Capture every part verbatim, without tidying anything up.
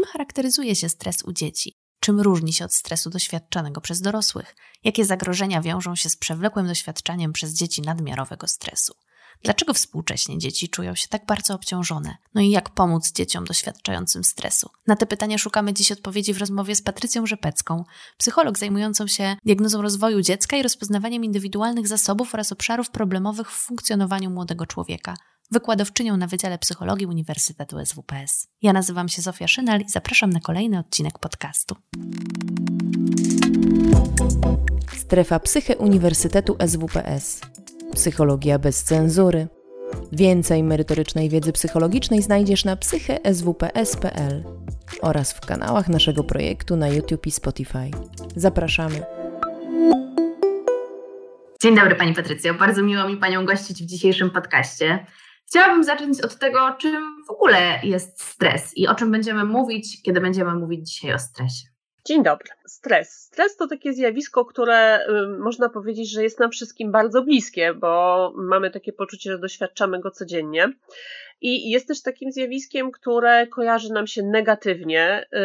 charakteryzuje się stres u dzieci? Czym różni się od stresu doświadczanego przez dorosłych? Jakie zagrożenia wiążą się z przewlekłym doświadczaniem przez dzieci nadmiarowego stresu? Dlaczego współcześnie dzieci czują się tak bardzo obciążone? No i jak pomóc dzieciom doświadczającym stresu? Na te pytania szukamy dziś odpowiedzi w rozmowie z Patrycją Rzepecką, psycholog zajmującą się diagnozą rozwoju dziecka i rozpoznawaniem indywidualnych zasobów oraz obszarów problemowych w funkcjonowaniu młodego człowieka, wykładowczynią na Wydziale Psychologii Uniwersytetu S W P S. Ja nazywam się Zofia Szynal i zapraszam na kolejny odcinek podcastu. Strefa Psyche Uniwersytetu S W P S. Psychologia bez cenzury. Więcej merytorycznej wiedzy psychologicznej znajdziesz na psyche s w p s kropka p l oraz w kanałach naszego projektu na YouTube i Spotify. Zapraszamy. Dzień dobry Pani Patrycjo, bardzo miło mi Panią gościć w dzisiejszym podcaście. Chciałabym zacząć od tego, czym w ogóle jest stres i o czym będziemy mówić, kiedy będziemy mówić dzisiaj o stresie. Dzień dobry. Stres. Stres to takie zjawisko, które y, można powiedzieć, że jest nam wszystkim bardzo bliskie, bo mamy takie poczucie, że doświadczamy go codziennie. I jest też takim zjawiskiem, które kojarzy nam się negatywnie y,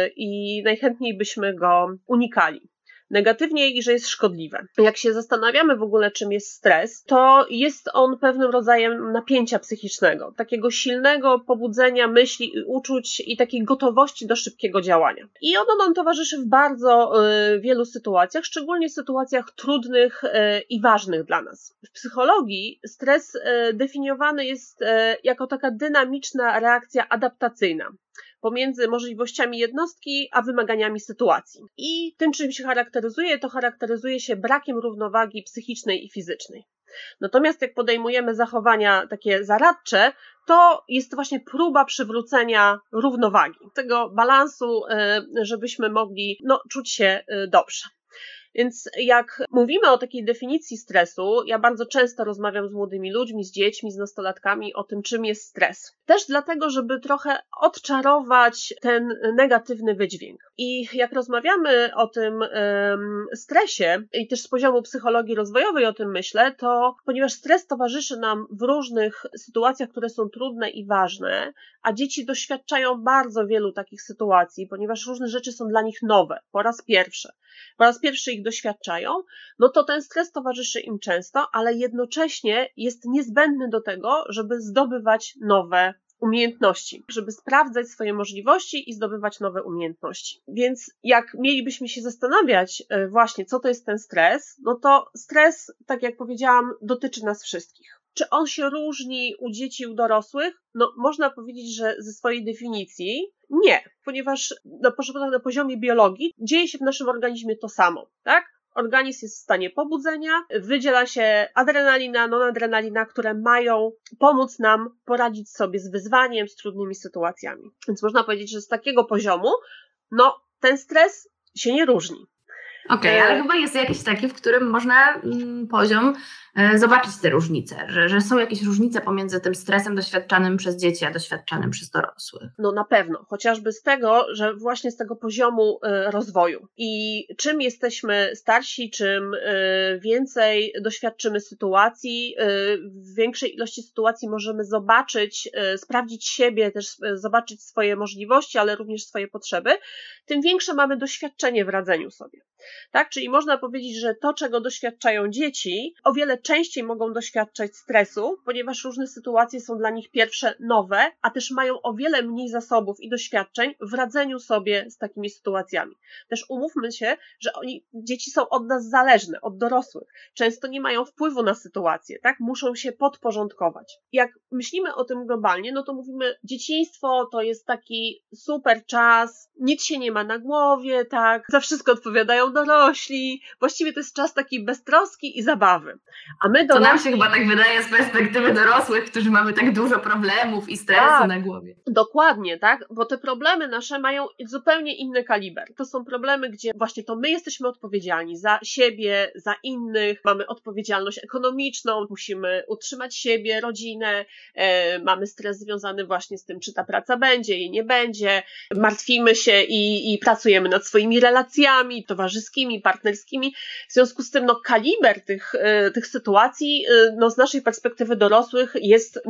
i najchętniej byśmy go unikali. Negatywnie i że jest szkodliwe. Jak się zastanawiamy w ogóle, czym jest stres, to jest on pewnym rodzajem napięcia psychicznego, takiego silnego pobudzenia myśli, uczuć i takiej gotowości do szybkiego działania. I ono nam towarzyszy w bardzo y, wielu sytuacjach, szczególnie sytuacjach trudnych y, i ważnych dla nas. W psychologii stres y, definiowany jest y, jako taka dynamiczna reakcja adaptacyjna pomiędzy możliwościami jednostki a wymaganiami sytuacji. I tym, czym się charakteryzuje, to charakteryzuje się brakiem równowagi psychicznej i fizycznej. Natomiast jak podejmujemy zachowania takie zaradcze, to jest właśnie próba przywrócenia równowagi, tego balansu, żebyśmy mogli no, czuć się dobrze. Więc jak mówimy o takiej definicji stresu, ja bardzo często rozmawiam z młodymi ludźmi, z dziećmi, z nastolatkami o tym, czym jest stres. Też dlatego, żeby trochę odczarować ten negatywny wydźwięk. I jak rozmawiamy o tym um, stresie i też z poziomu psychologii rozwojowej o tym myślę, to ponieważ stres towarzyszy nam w różnych sytuacjach, które są trudne i ważne, a dzieci doświadczają bardzo wielu takich sytuacji, ponieważ różne rzeczy są dla nich nowe, po raz pierwszy. Po raz pierwszy ich doświadczają, no to ten stres towarzyszy im często, ale jednocześnie jest niezbędny do tego, żeby zdobywać nowe umiejętności, żeby sprawdzać swoje możliwości i zdobywać nowe umiejętności. Więc jak mielibyśmy się zastanawiać właśnie, co to jest ten stres, no to stres, tak jak powiedziałam, dotyczy nas wszystkich. Czy on się różni u dzieci i u dorosłych? No można powiedzieć, że ze swojej definicji nie, ponieważ na, na poziomie biologii dzieje się w naszym organizmie to samo, tak? Organizm jest w stanie pobudzenia, wydziela się adrenalina, nonadrenalina, które mają pomóc nam poradzić sobie z wyzwaniem, z trudnymi sytuacjami. Więc można powiedzieć, że z takiego poziomu, no ten stres się nie różni. Okej, okay, ale chyba jest jakiś taki, w którym można mm, poziom e, zobaczyć te różnice, że, że są jakieś różnice pomiędzy tym stresem doświadczanym przez dzieci, a doświadczanym przez dorosłych. No na pewno, chociażby z tego, że właśnie z tego poziomu e, rozwoju. I czym jesteśmy starsi, czym e, więcej doświadczymy sytuacji, e, w większej ilości sytuacji możemy zobaczyć, e, sprawdzić siebie, też e, zobaczyć swoje możliwości, ale również swoje potrzeby, tym większe mamy doświadczenie w radzeniu sobie. Tak, czyli można powiedzieć, że to, czego doświadczają dzieci, o wiele częściej mogą doświadczać stresu, ponieważ różne sytuacje są dla nich pierwsze nowe, a też mają o wiele mniej zasobów i doświadczeń w radzeniu sobie z takimi sytuacjami. Też umówmy się, że oni, dzieci są od nas zależne, od dorosłych. Często nie mają wpływu na sytuację, tak? Muszą się podporządkować. Jak myślimy o tym globalnie, no to mówimy, dzieciństwo to jest taki super czas, nic się nie ma na głowie, tak? Za wszystko odpowiadają dorośli, właściwie to jest czas takiej beztroski i zabawy. A my dorośli... To nam się chyba tak wydaje z perspektywy dorosłych, którzy mamy tak dużo problemów i stresu tak, na głowie. Dokładnie, tak, bo te problemy nasze mają zupełnie inny kaliber. To są problemy, gdzie właśnie to my jesteśmy odpowiedzialni za siebie, za innych, mamy odpowiedzialność ekonomiczną, musimy utrzymać siebie, rodzinę, e, mamy stres związany właśnie z tym, czy ta praca będzie, jej nie będzie, martwimy się i, i pracujemy nad swoimi relacjami towarzyskimi, partnerskimi. W związku z tym no, kaliber tych, tych sytuacji no, z naszej perspektywy dorosłych jest no,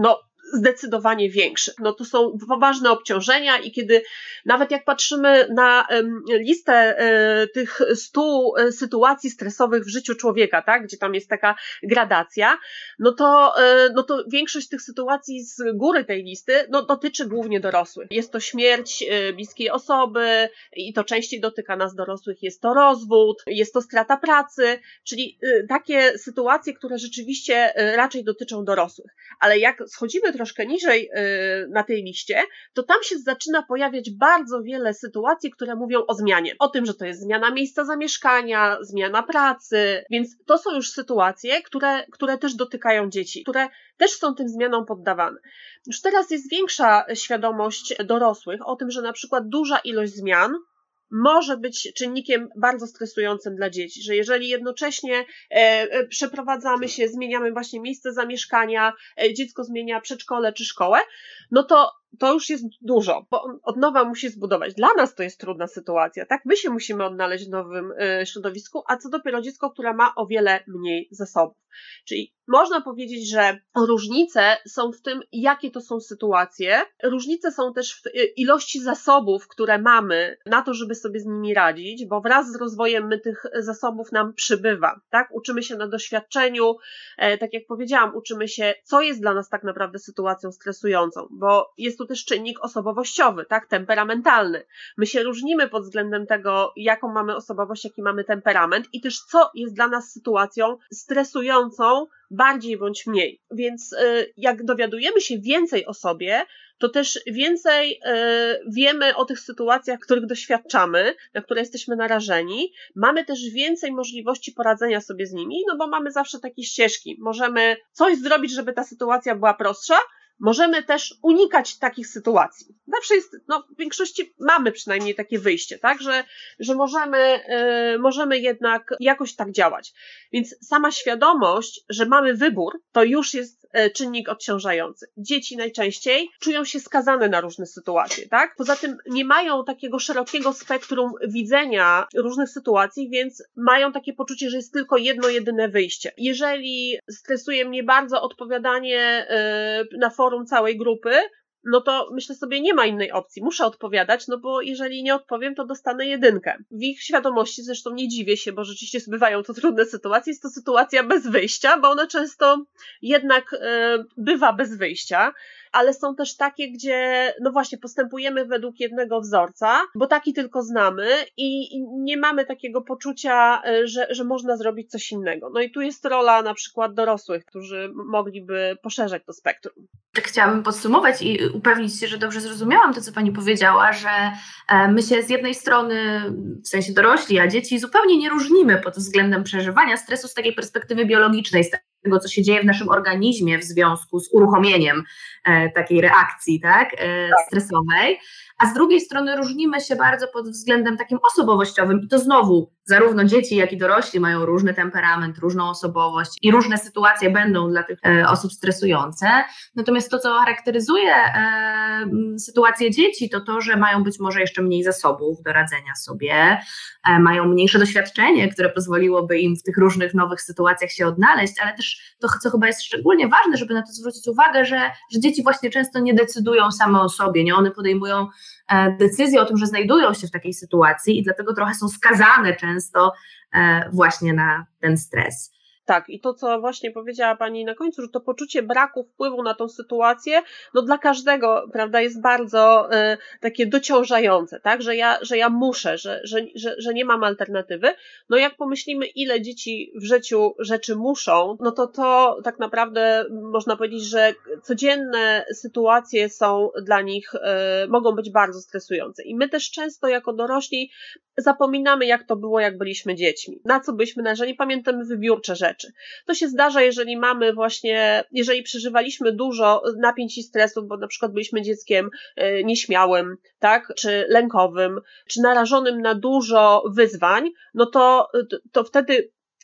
zdecydowanie większy. No to są poważne obciążenia i kiedy nawet jak patrzymy na um, listę um, tych stu um, sytuacji stresowych w życiu człowieka, tak, gdzie tam jest taka gradacja, no to, um, no to większość tych sytuacji z góry tej listy no, dotyczy głównie dorosłych. Jest to śmierć um, bliskiej osoby i to częściej dotyka nas dorosłych, jest to rozwód, jest to strata pracy, czyli um, takie sytuacje, które rzeczywiście um, raczej dotyczą dorosłych. Ale jak schodzimy troszkę niżej yy, na tej liście, to tam się zaczyna pojawiać bardzo wiele sytuacji, które mówią o zmianie. O tym, że to jest zmiana miejsca zamieszkania, zmiana pracy, więc to są już sytuacje, które, które też dotykają dzieci, które też są tym zmianom poddawane. Już teraz jest większa świadomość dorosłych o tym, że na przykład duża ilość zmian może być czynnikiem bardzo stresującym dla dzieci, że jeżeli jednocześnie e, przeprowadzamy się, zmieniamy właśnie miejsce zamieszkania, e, dziecko zmienia przedszkole czy szkołę, no to to już jest dużo, bo on od nowa musi zbudować. Dla nas to jest trudna sytuacja, tak? My się musimy odnaleźć w nowym y, środowisku, a co dopiero dziecko, które ma o wiele mniej zasobów. Czyli można powiedzieć, że różnice są w tym, jakie to są sytuacje. Różnice są też w ilości zasobów, które mamy na to, żeby sobie z nimi radzić, bo wraz z rozwojem my tych zasobów nam przybywa, tak? Uczymy się na doświadczeniu, e, tak jak powiedziałam, uczymy się, co jest dla nas tak naprawdę sytuacją stresującą, bo jest tu też czynnik osobowościowy, tak? Temperamentalny. My się różnimy pod względem tego, jaką mamy osobowość, jaki mamy temperament i też co jest dla nas sytuacją stresującą bardziej bądź mniej. Więc y, jak dowiadujemy się więcej o sobie, to też więcej y, wiemy o tych sytuacjach, których doświadczamy, na które jesteśmy narażeni. Mamy też więcej możliwości poradzenia sobie z nimi, no bo mamy zawsze takie ścieżki. Możemy coś zrobić, żeby ta sytuacja była prostsza, możemy też unikać takich sytuacji. Zawsze jest, no w większości mamy przynajmniej takie wyjście, tak, że, że możemy, yy, możemy jednak jakoś tak działać. Więc sama świadomość, że mamy wybór, to już jest yy, czynnik odciążający. Dzieci najczęściej czują się skazane na różne sytuacje, tak. Poza tym nie mają takiego szerokiego spektrum widzenia różnych sytuacji, więc mają takie poczucie, że jest tylko jedno, jedyne wyjście. Jeżeli stresuje mnie bardzo odpowiadanie yy, na forum całej grupy, no to myślę sobie, nie ma innej opcji, muszę odpowiadać, no bo jeżeli nie odpowiem, to dostanę jedynkę. W ich świadomości, zresztą nie dziwię się, bo rzeczywiście bywają to trudne sytuacje, jest to sytuacja bez wyjścia, bo ona często jednak y, bywa bez wyjścia, ale są też takie, gdzie no właśnie postępujemy według jednego wzorca, bo taki tylko znamy i, i nie mamy takiego poczucia, że, że można zrobić coś innego. No i tu jest rola na przykład dorosłych, którzy mogliby poszerzać to spektrum. Tak chciałabym podsumować i upewnić się, że dobrze zrozumiałam to, co Pani powiedziała, że my się z jednej strony, w sensie dorośli, a dzieci zupełnie nie różnimy pod względem przeżywania stresu z takiej perspektywy biologicznej, z tego, co się dzieje w naszym organizmie w związku z uruchomieniem e, takiej reakcji, tak, e, stresowej, a z drugiej strony różnimy się bardzo pod względem takim osobowościowym i to znowu zarówno dzieci, jak i dorośli mają różny temperament, różną osobowość i różne sytuacje będą dla tych e, osób stresujące. Natomiast to, co charakteryzuje e, sytuację dzieci, to to, że mają być może jeszcze mniej zasobów do radzenia sobie, e, mają mniejsze doświadczenie, które pozwoliłoby im w tych różnych nowych sytuacjach się odnaleźć, ale też to, co chyba jest szczególnie ważne, żeby na to zwrócić uwagę, że, że dzieci właśnie często nie decydują same o sobie, nie? One podejmują e, decyzję o tym, że znajdują się w takiej sytuacji i dlatego trochę są skazane często e, właśnie na ten stres. Tak, i to, co właśnie powiedziała Pani na końcu, że to poczucie braku wpływu na tą sytuację, no dla każdego, prawda, jest bardzo y, takie dociążające, tak, że ja, że ja muszę, że, że, że, że nie mam alternatywy. No jak pomyślimy, ile dzieci w życiu rzeczy muszą, no to to tak naprawdę można powiedzieć, że codzienne sytuacje są dla nich, y, mogą być bardzo stresujące. I my też często jako dorośli zapominamy, jak to było, jak byliśmy dziećmi, na co byliśmy narażeni, pamiętamy wybiórcze rzeczy. To się zdarza, jeżeli mamy właśnie, jeżeli przeżywaliśmy dużo napięć i stresów, bo na przykład byliśmy dzieckiem nieśmiałym, tak, czy lękowym, czy narażonym na dużo wyzwań, no to, to wtedy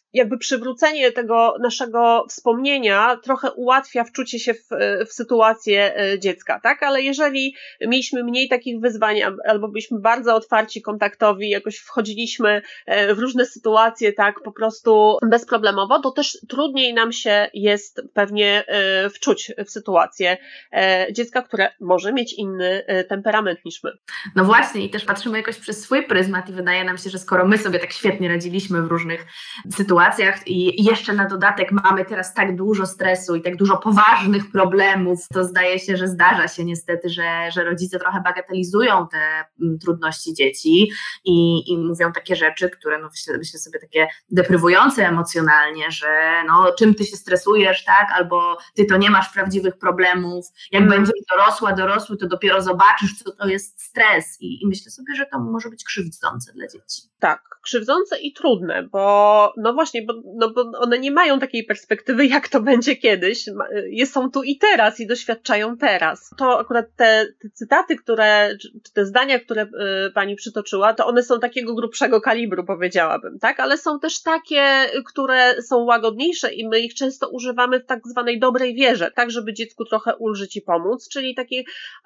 jakby przywrócenie tego naszego wspomnienia trochę ułatwia wczucie się w, w sytuację dziecka, tak? Ale jeżeli mieliśmy mniej takich wyzwań, albo byliśmy bardzo otwarci, kontaktowi, jakoś wchodziliśmy w różne sytuacje, tak, po prostu bezproblemowo, to też trudniej nam się jest pewnie wczuć w sytuację dziecka, które może mieć inny temperament niż my. No właśnie, i też patrzymy jakoś przez swój pryzmat i wydaje nam się, że skoro my sobie tak świetnie radziliśmy w różnych sytuacjach i jeszcze na dodatek mamy teraz tak dużo stresu i tak dużo poważnych problemów, to zdaje się, że zdarza się niestety, że, że rodzice trochę bagatelizują te trudności dzieci i, i mówią takie rzeczy, które no myślę, myślę sobie takie deprywujące emocjonalnie, że no czym ty się stresujesz, tak, albo ty to nie masz prawdziwych problemów, jak mm. będziesz dorosła, dorosły, to dopiero zobaczysz, co to jest stres i, i myślę sobie, że to może być krzywdzące dla dzieci. Tak, krzywdzące i trudne, bo no właśnie, bo, no bo one nie mają takiej perspektywy, jak to będzie kiedyś, są tu i teraz i doświadczają teraz. To akurat te, te cytaty, które, czy te zdania, które y, pani przytoczyła, to one są takiego grubszego kalibru, powiedziałabym, tak, ale są też takie, które są łagodniejsze i my ich często używamy w tak zwanej dobrej wierze, tak, żeby dziecku trochę ulżyć i pomóc, czyli takie,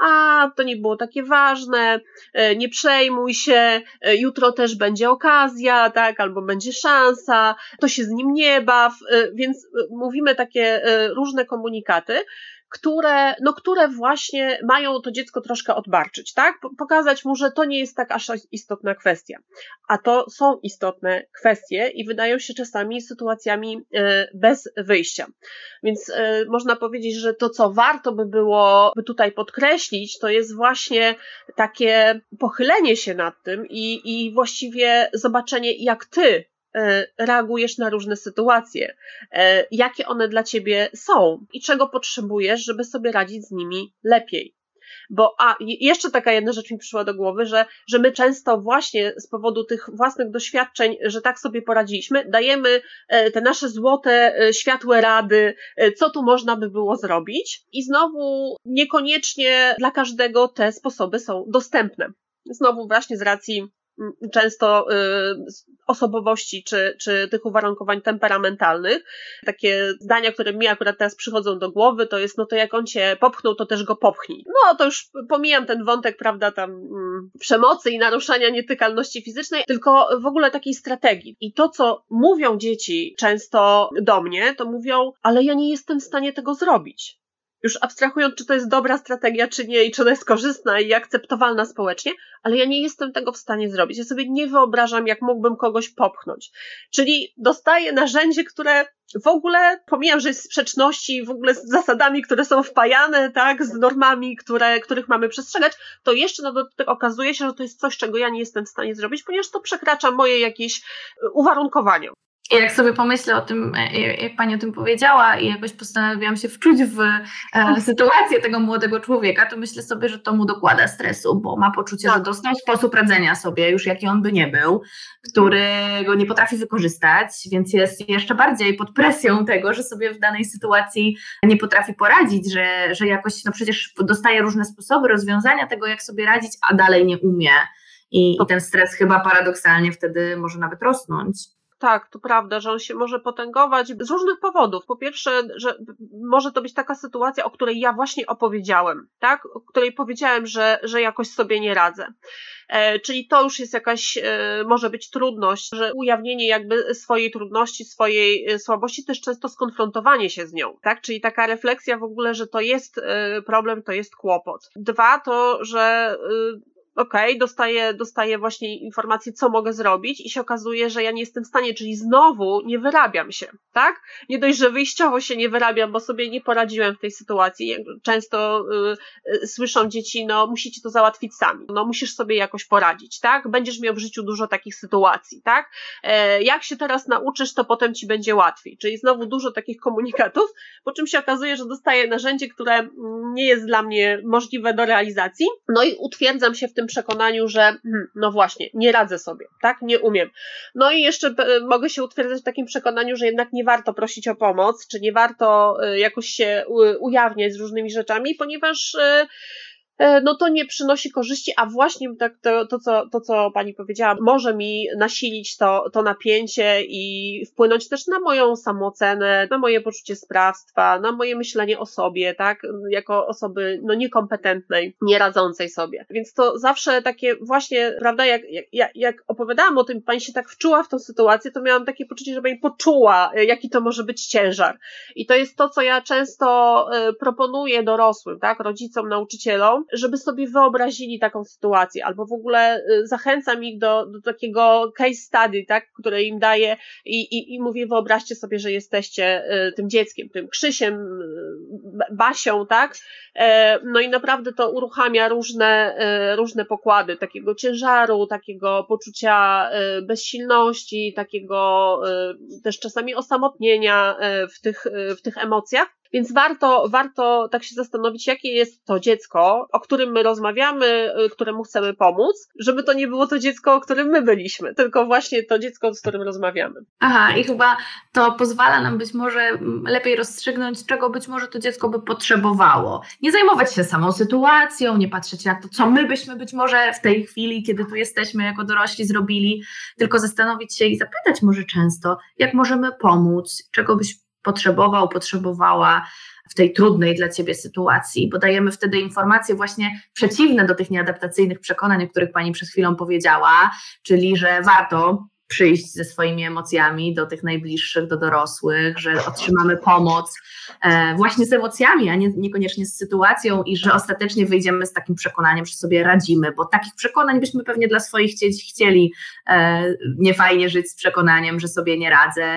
a to nie było takie ważne, y, nie przejmuj się, y, jutro też będzie okazja, tak, albo będzie szansa, to się z nim nie baw, więc mówimy takie różne komunikaty, które, no, które właśnie mają to dziecko troszkę odbarczyć, tak? Pokazać mu, że to nie jest tak aż istotna kwestia. A to są istotne kwestie i wydają się czasami sytuacjami bez wyjścia. Więc można powiedzieć, że to, co warto by było by tutaj podkreślić, to jest właśnie takie pochylenie się nad tym i, i właściwie zobaczenie, jak ty reagujesz na różne sytuacje, jakie one dla ciebie są i czego potrzebujesz, żeby sobie radzić z nimi lepiej. Bo, a, jeszcze taka jedna rzecz mi przyszła do głowy, że, że my często właśnie z powodu tych własnych doświadczeń, że tak sobie poradziliśmy, dajemy te nasze złote, światłe rady, co tu można by było zrobić i znowu niekoniecznie dla każdego te sposoby są dostępne. Znowu właśnie z racji często y, osobowości czy, czy tych uwarunkowań temperamentalnych. Takie zdania, które mi akurat teraz przychodzą do głowy, to jest, no to jak on cię popchnął, to też go popchnij. No to już pomijam ten wątek, prawda, tam mm, przemocy i naruszania nietykalności fizycznej, tylko w ogóle takiej strategii. I to, co mówią dzieci często do mnie, to mówią, ale ja nie jestem w stanie tego zrobić. Już abstrahując, czy to jest dobra strategia, czy nie, i czy ona jest korzystna i akceptowalna społecznie, ale ja nie jestem tego w stanie zrobić. Ja sobie nie wyobrażam, jak mógłbym kogoś popchnąć. Czyli dostaję narzędzie, które w ogóle, pomijam, że jest w sprzeczności w ogóle z zasadami, które są wpajane, tak, z normami, które, których mamy przestrzegać, to jeszcze no, do tego okazuje się, że to jest coś, czego ja nie jestem w stanie zrobić, ponieważ to przekracza moje jakieś uwarunkowania. I jak sobie pomyślę o tym, jak pani o tym powiedziała i jakoś postanowiłam się wczuć w e, sytuację tego młodego człowieka, to myślę sobie, że to mu dokłada stresu, bo ma poczucie, tak, że dostał sposób radzenia sobie, już jaki on by nie był, którego nie potrafi wykorzystać, więc jest jeszcze bardziej pod presją tego, że sobie w danej sytuacji nie potrafi poradzić, że, że jakoś, no przecież dostaje różne sposoby rozwiązania tego, jak sobie radzić, a dalej nie umie. I, i ten stres chyba paradoksalnie wtedy może nawet rosnąć. Tak, to prawda, że on się może potęgować z różnych powodów. Po pierwsze, że może to być taka sytuacja, o której ja właśnie opowiedziałem, tak? O której powiedziałem, że, że jakoś sobie nie radzę. E, czyli to już jest jakaś, e, może być trudność, że ujawnienie jakby swojej trudności, swojej e, słabości, też często skonfrontowanie się z nią, tak? Czyli taka refleksja w ogóle, że to jest e, problem, to jest kłopot. Dwa, to, że e, okej, okay, dostaję, dostaję właśnie informację, co mogę zrobić i się okazuje, że ja nie jestem w stanie, czyli znowu nie wyrabiam się, tak? Nie dość, że wyjściowo się nie wyrabiam, bo sobie nie poradziłem w tej sytuacji. Często y, y, słyszą dzieci, no musicie to załatwić sami, no musisz sobie jakoś poradzić, tak? Będziesz miał w życiu dużo takich sytuacji, tak? E, jak się teraz nauczysz, to potem ci będzie łatwiej. Czyli znowu dużo takich komunikatów, po czym się okazuje, że dostaję narzędzie, które nie jest dla mnie możliwe do realizacji, no i utwierdzam się w tym przekonaniu, że hmm, no właśnie, nie radzę sobie, tak, nie umiem. No i jeszcze y, mogę się utwierdzać w takim przekonaniu, że jednak nie warto prosić o pomoc, czy nie warto y, jakoś się y, ujawniać z różnymi rzeczami, ponieważ y, no to nie przynosi korzyści, a właśnie tak to, to, co, to, co pani powiedziała, może mi nasilić to, to napięcie i wpłynąć też na moją samoocenę, na moje poczucie sprawstwa, na moje myślenie o sobie, tak, jako osoby no, niekompetentnej, nieradzącej sobie. Więc to zawsze takie właśnie, prawda, jak, jak, jak opowiadałam o tym, pani się tak wczuła w tą sytuację, to miałam takie poczucie, że pani poczuła, jaki to może być ciężar. I to jest to, co ja często proponuję dorosłym, tak, rodzicom, nauczycielom, żeby sobie wyobrazili taką sytuację, albo w ogóle zachęcam ich do, do takiego case study, tak, które im daję i, i, i mówię, wyobraźcie sobie, że jesteście tym dzieckiem, tym Krzysiem, Basią, tak, no i naprawdę to uruchamia różne, różne pokłady takiego ciężaru, takiego poczucia bezsilności, takiego też czasami osamotnienia w tych, w tych emocjach. Więc warto, warto tak się zastanowić, jakie jest to dziecko, o którym my rozmawiamy, któremu chcemy pomóc, żeby to nie było to dziecko, o którym my byliśmy, tylko właśnie to dziecko, z którym rozmawiamy. Aha, i chyba to pozwala nam być może lepiej rozstrzygnąć, czego być może to dziecko by potrzebowało. Nie zajmować się samą sytuacją, nie patrzeć na to, co my byśmy być może w tej chwili, kiedy tu jesteśmy jako dorośli zrobili, tylko zastanowić się i zapytać może często, jak możemy pomóc, czego byś potrzebował, potrzebowała w tej trudnej dla ciebie sytuacji, bo dajemy wtedy informacje właśnie przeciwne do tych nieadaptacyjnych przekonań, o których pani przed chwilą powiedziała, czyli że warto przyjść ze swoimi emocjami do tych najbliższych, do dorosłych, że otrzymamy pomoc e, właśnie z emocjami, a nie, niekoniecznie z sytuacją i że ostatecznie wyjdziemy z takim przekonaniem, że sobie radzimy, bo takich przekonań byśmy pewnie dla swoich dzieci chcieli e, niefajnie żyć z przekonaniem, że sobie nie radzę,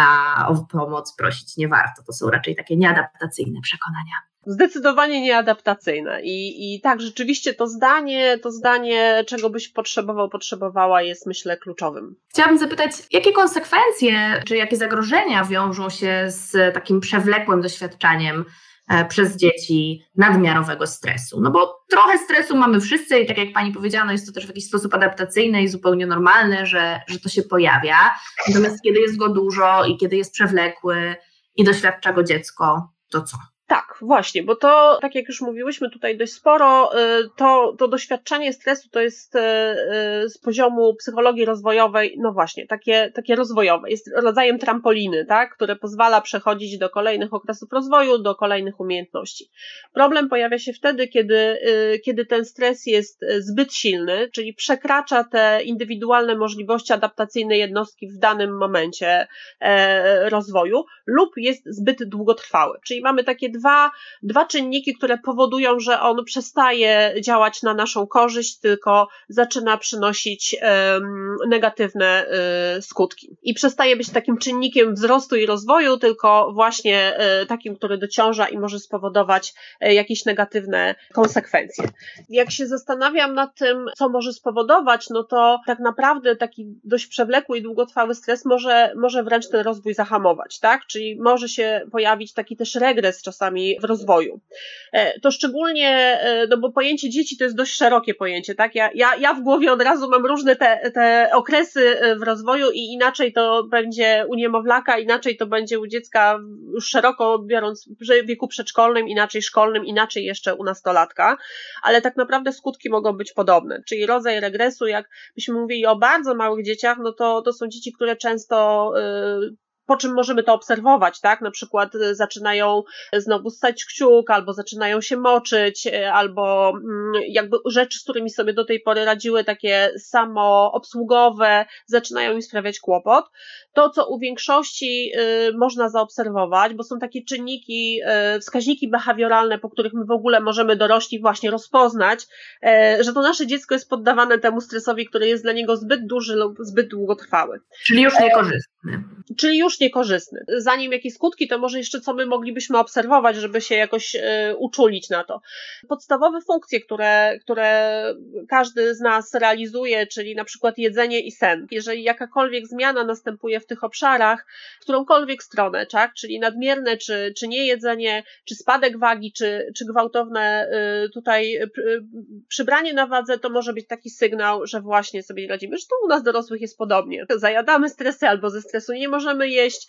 a o pomoc prosić nie warto. To są raczej takie nieadaptacyjne przekonania. Zdecydowanie nieadaptacyjne i, i tak, rzeczywiście to zdanie, to zdanie, czego byś potrzebował, potrzebowała jest, myślę, kluczowym. Chciałabym zapytać, jakie konsekwencje, czy jakie zagrożenia wiążą się z takim przewlekłym doświadczaniem e, przez dzieci nadmiarowego stresu? No bo trochę stresu mamy wszyscy i tak jak pani powiedziała, no jest to też w jakiś sposób adaptacyjne i zupełnie normalne, że, że to się pojawia. Natomiast kiedy jest go dużo i kiedy jest przewlekły i doświadcza go dziecko, to co? Tak, właśnie, bo to, tak jak już mówiłyśmy tutaj dość sporo, to, to doświadczanie stresu to jest z poziomu psychologii rozwojowej, no właśnie, takie, takie rozwojowe, jest rodzajem trampoliny, tak, które pozwala przechodzić do kolejnych okresów rozwoju, do kolejnych umiejętności. Problem pojawia się wtedy, kiedy, kiedy ten stres jest zbyt silny, czyli przekracza te indywidualne możliwości adaptacyjne jednostki w danym momencie rozwoju lub jest zbyt długotrwały, czyli mamy takie Dwa, dwa czynniki, które powodują, że on przestaje działać na naszą korzyść, tylko zaczyna przynosić um, negatywne y, skutki. I przestaje być takim czynnikiem wzrostu i rozwoju, tylko właśnie y, takim, który dociąża i może spowodować y, jakieś negatywne konsekwencje. Jak się zastanawiam nad tym, co może spowodować, no to tak naprawdę taki dość przewlekły i długotrwały stres może, może wręcz ten rozwój zahamować, tak? Czyli może się pojawić taki też regres czasami w rozwoju. To szczególnie, no bo pojęcie dzieci to jest dość szerokie pojęcie, tak? Ja, ja, ja w głowie od razu mam różne te, te okresy w rozwoju i inaczej to będzie u niemowlaka, inaczej to będzie u dziecka już szeroko biorąc w wieku przedszkolnym, inaczej szkolnym, inaczej jeszcze u nastolatka, ale tak naprawdę skutki mogą być podobne, czyli rodzaj regresu, jak byśmy mówili o bardzo małych dzieciach, no to, to są dzieci, które często yy, po czym możemy to obserwować, tak? Na przykład zaczynają znowu ssać kciuk, albo zaczynają się moczyć, albo jakby rzeczy, z którymi sobie do tej pory radziły, takie samoobsługowe, zaczynają im sprawiać kłopot. To, co u większości y, można zaobserwować, bo są takie czynniki, y, wskaźniki behawioralne, po których my w ogóle możemy dorośli właśnie rozpoznać, y, że to nasze dziecko jest poddawane temu stresowi, który jest dla niego zbyt duży lub zbyt długotrwały. Czyli już niekorzystny. Czyli już niekorzystny. Zanim jakie skutki, to może jeszcze co my moglibyśmy obserwować, żeby się jakoś y, uczulić na to. Podstawowe funkcje, które, które każdy z nas realizuje, czyli na przykład jedzenie i sen. Jeżeli jakakolwiek zmiana następuje w tych obszarach, w którąkolwiek stronę, tak? Czyli nadmierne, czy, czy niejedzenie, czy spadek wagi, czy, czy gwałtowne y, tutaj y, przybranie na wadze, to może być taki sygnał, że właśnie sobie nie radzimy. Zresztą u nas dorosłych jest podobnie. Zajadamy stresy albo ze stresu nie możemy jeść, jeść,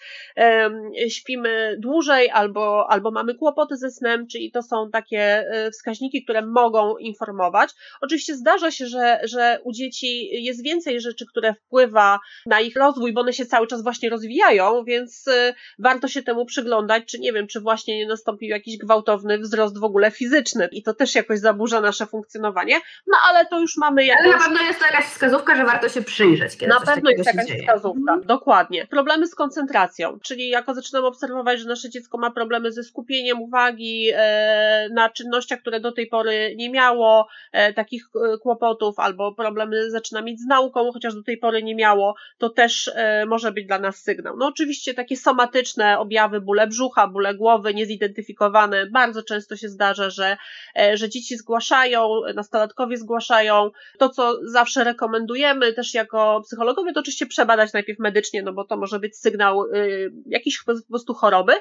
śpimy dłużej albo, albo mamy kłopoty ze snem, czyli to są takie wskaźniki, które mogą informować. Oczywiście zdarza się, że, że u dzieci jest więcej rzeczy, które wpływa na ich rozwój, bo one się cały czas właśnie rozwijają, więc warto się temu przyglądać, czy nie wiem, czy właśnie nie nastąpił jakiś gwałtowny wzrost w ogóle fizyczny i to też jakoś zaburza nasze funkcjonowanie, no ale to już mamy jakąś... Ale na pewno jest to jakaś wskazówka, że warto się przyjrzeć, kiedy Na coś pewno jest jakaś dzieje. wskazówka, mhm. Dokładnie. Problemy z koncentracją, czyli jako zaczynamy obserwować, że nasze dziecko ma problemy ze skupieniem uwagi e, na czynnościach, które do tej pory nie miało e, takich e, kłopotów, albo problemy zaczyna mieć z nauką, chociaż do tej pory nie miało, to też e, może być dla nas sygnał. No oczywiście takie somatyczne objawy, bóle brzucha, bóle głowy, niezidentyfikowane, bardzo często się zdarza, że, e, że dzieci zgłaszają, nastolatkowie zgłaszają. To, co zawsze rekomendujemy też jako psychologowie, to oczywiście przebadać najpierw medycznie, no bo to może być sygnał y, jakiejś po prostu choroby,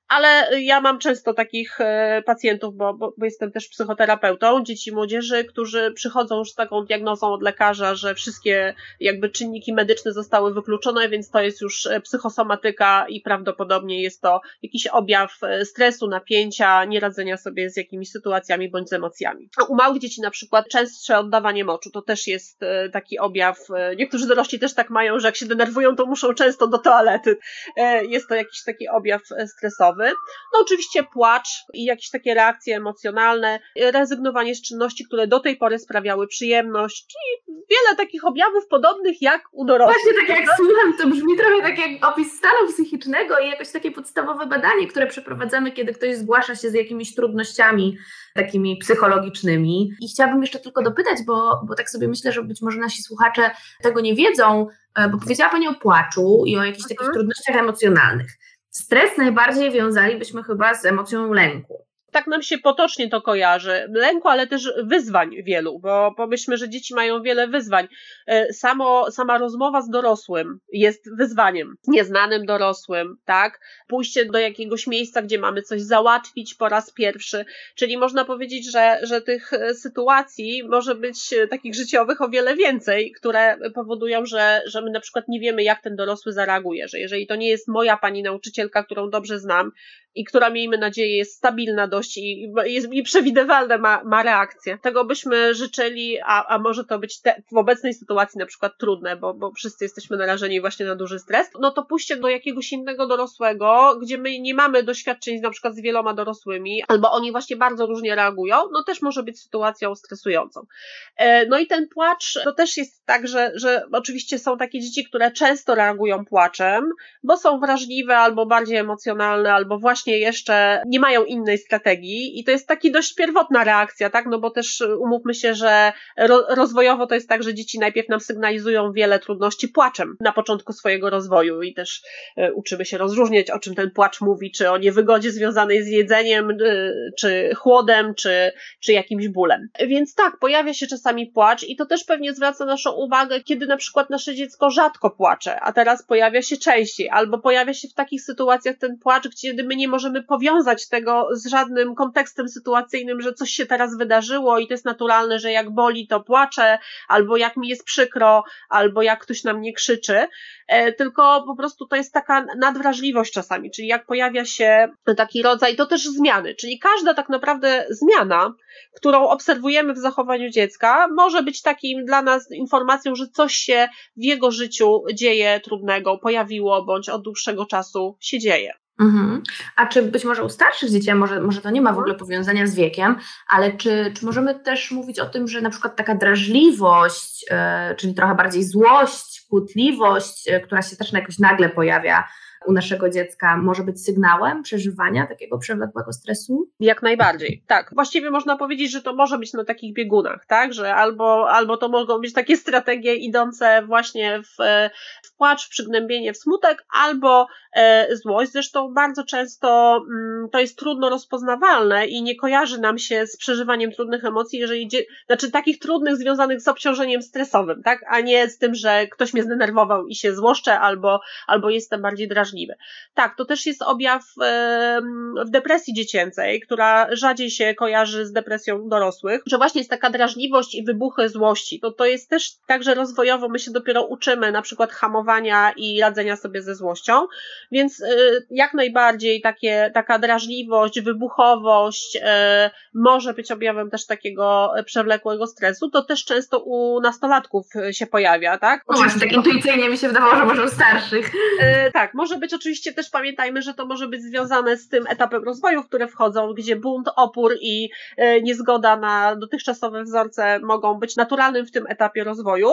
ale ja mam często takich y, pacjentów, bo, bo, bo jestem też psychoterapeutą, dzieci i młodzieży, którzy przychodzą już z taką diagnozą od lekarza, że wszystkie jakby czynniki medyczne zostały wykluczone, więc to jest już psychosomatyka i prawdopodobnie jest to jakiś objaw stresu, napięcia, nieradzenia sobie z jakimiś sytuacjami bądź z emocjami. U małych dzieci na przykład częstsze oddawanie moczu, to też jest taki objaw, niektórzy dorośli też tak mają, że jak się denerwują, to muszą często do toalety. Jest to jakiś taki objaw stresowy. No oczywiście płacz i jakieś takie reakcje emocjonalne, rezygnowanie z czynności, które do tej pory sprawiały przyjemność, czyli wiele takich objawów podobnych jak u dorosłych. Właśnie tak jak słucham, to brzmi trochę tak jak opis stanu psychicznego i jakoś takie podstawowe badanie, które przeprowadzamy, kiedy ktoś zgłasza się z jakimiś trudnościami takimi psychologicznymi. I chciałabym jeszcze tylko dopytać, bo, bo tak sobie myślę, że być może nasi słuchacze tego nie wiedzą, bo powiedziała Pani o płaczu i o jakichś mhm. takich trudnościach emocjonalnych. Stres najbardziej wiązalibyśmy chyba z emocją lęku. Tak nam się potocznie to kojarzy. Lęku, ale też wyzwań wielu, bo pomyślmy, że dzieci mają wiele wyzwań. Samo, sama rozmowa z dorosłym jest wyzwaniem, z nieznanym dorosłym, tak? Pójście do jakiegoś miejsca, gdzie mamy coś załatwić po raz pierwszy, czyli można powiedzieć, że, że tych sytuacji może być takich życiowych o wiele więcej, które powodują, że, że my na przykład nie wiemy, jak ten dorosły zareaguje, że jeżeli to nie jest moja pani nauczycielka, którą dobrze znam i która, miejmy nadzieję, jest stabilna dość i, jest, i przewidywalna ma, ma reakcję. Tego byśmy życzyli, a, a może to być te, w obecnej sytuacji na przykład trudne, bo, bo wszyscy jesteśmy narażeni właśnie na duży stres. No to pójście do jakiegoś innego dorosłego, gdzie my nie mamy doświadczeń na przykład z wieloma dorosłymi, albo oni właśnie bardzo różnie reagują, no też może być sytuacją stresującą. No i ten płacz, to też jest tak, że, że oczywiście są takie dzieci, które często reagują płaczem, bo są wrażliwe albo bardziej emocjonalne, albo właśnie jeszcze nie mają innej strategii i to jest taki dość pierwotna reakcja, tak, no bo też umówmy się, że ro- rozwojowo to jest tak, że dzieci najpierw nam sygnalizują wiele trudności płaczem na początku swojego rozwoju i też y, uczymy się rozróżniać, o czym ten płacz mówi, czy o niewygodzie związanej z jedzeniem, y, czy chłodem, czy, czy jakimś bólem. Więc tak, pojawia się czasami płacz i to też pewnie zwraca naszą uwagę, kiedy na przykład nasze dziecko rzadko płacze, a teraz pojawia się częściej, albo pojawia się w takich sytuacjach ten płacz, kiedy my nie możemy powiązać tego z żadnym kontekstem sytuacyjnym, że coś się teraz wydarzyło i to jest naturalne, że jak boli, to płaczę, albo jak mi jest przykro, albo jak ktoś na mnie krzyczy, e, tylko po prostu to jest taka nadwrażliwość czasami, czyli jak pojawia się taki rodzaj, to też zmiany, czyli każda tak naprawdę zmiana, którą obserwujemy w zachowaniu dziecka, może być takim dla nas informacją, że coś się w jego życiu dzieje trudnego, pojawiło, bądź od dłuższego czasu się dzieje. Mhm. A czy być może u starszych dzieci, a może, może to nie ma w ogóle powiązania z wiekiem, ale czy, czy możemy też mówić o tym, że na przykład taka drażliwość, yy, czyli trochę bardziej złość, kłótliwość, yy, która się też jakoś nagle pojawia u naszego dziecka, może być sygnałem przeżywania takiego przewlekłego stresu? Jak najbardziej, tak. Właściwie można powiedzieć, że to może być na takich biegunach, tak, że albo, albo to mogą być takie strategie idące właśnie w, w płacz, w przygnębienie, w smutek, albo e, złość. Zresztą bardzo często mm, to jest trudno rozpoznawalne i nie kojarzy nam się z przeżywaniem trudnych emocji, jeżeli dzie- znaczy takich trudnych związanych z obciążeniem stresowym, tak, a nie z tym, że ktoś mnie zdenerwował i się złoszczę, albo, albo jestem bardziej drażliwy drażliwy. Tak, to też jest objaw w depresji dziecięcej, która rzadziej się kojarzy z depresją dorosłych, że właśnie jest taka drażliwość i wybuchy złości. To, to jest też tak, że rozwojowo my się dopiero uczymy na przykład hamowania i radzenia sobie ze złością, więc jak najbardziej takie, taka drażliwość, wybuchowość może być objawem też takiego przewlekłego stresu. To też często u nastolatków się pojawia, tak? No właśnie, tak intuicyjnie mi się wydawało, że może u starszych. E, tak, może być oczywiście też, pamiętajmy, że to może być związane z tym etapem rozwoju, w które wchodzą, gdzie bunt, opór i e, niezgoda na dotychczasowe wzorce mogą być naturalnym w tym etapie rozwoju,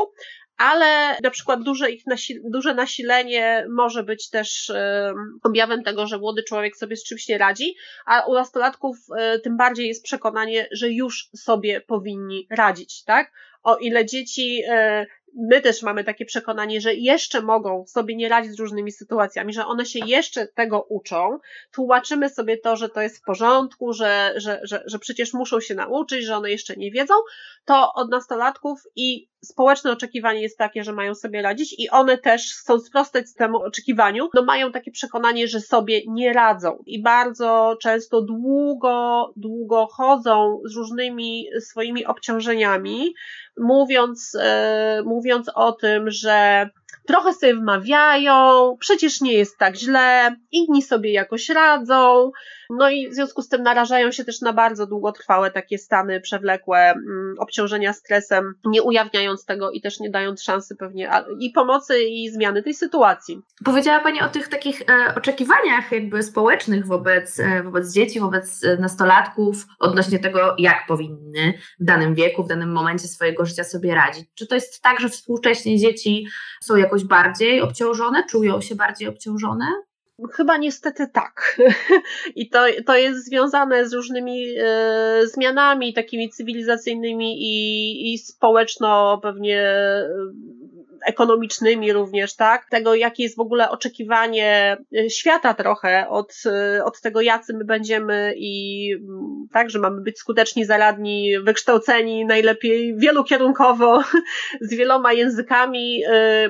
ale na przykład duże ich nasi- duże nasilenie może być też e, objawem tego, że młody człowiek sobie z czymś nie radzi, a u nastolatków e, tym bardziej jest przekonanie, że już sobie powinni radzić, tak? O ile dzieci, e, my też mamy takie przekonanie, że jeszcze mogą sobie nie radzić z różnymi sytuacjami, że one się jeszcze tego uczą, tłumaczymy sobie to, że to jest w porządku, że, że, że, że przecież muszą się nauczyć, że one jeszcze nie wiedzą, to od nastolatków i społeczne oczekiwanie jest takie, że mają sobie radzić i one też chcą sprostać temu oczekiwaniu, no mają takie przekonanie, że sobie nie radzą i bardzo często długo, długo chodzą z różnymi swoimi obciążeniami, mówiąc, e, mówiąc o tym, że trochę sobie wmawiają, przecież nie jest tak źle, inni sobie jakoś radzą, no i w związku z tym narażają się też na bardzo długotrwałe takie stany przewlekłe, mm, obciążenia stresem, nie ujawniając tego i też nie dając szansy pewnie i pomocy i zmiany tej sytuacji. Powiedziała Pani o tych takich e, oczekiwaniach jakby społecznych wobec, e, wobec dzieci, wobec e, nastolatków, odnośnie tego, jak powinny w danym wieku, w danym momencie swojego życia sobie radzić. Czy to jest tak, że współcześnie dzieci są jakoś bardziej obciążone, czują się bardziej obciążone? Chyba niestety tak. I to, to jest związane z różnymi e, zmianami takimi cywilizacyjnymi i, i społeczno pewnie e, ekonomicznymi również, tak? Tego, jakie jest w ogóle oczekiwanie świata trochę od, od tego, jacy my będziemy i tak, że mamy być skuteczni, zaradni, wykształceni, najlepiej wielokierunkowo, z wieloma językami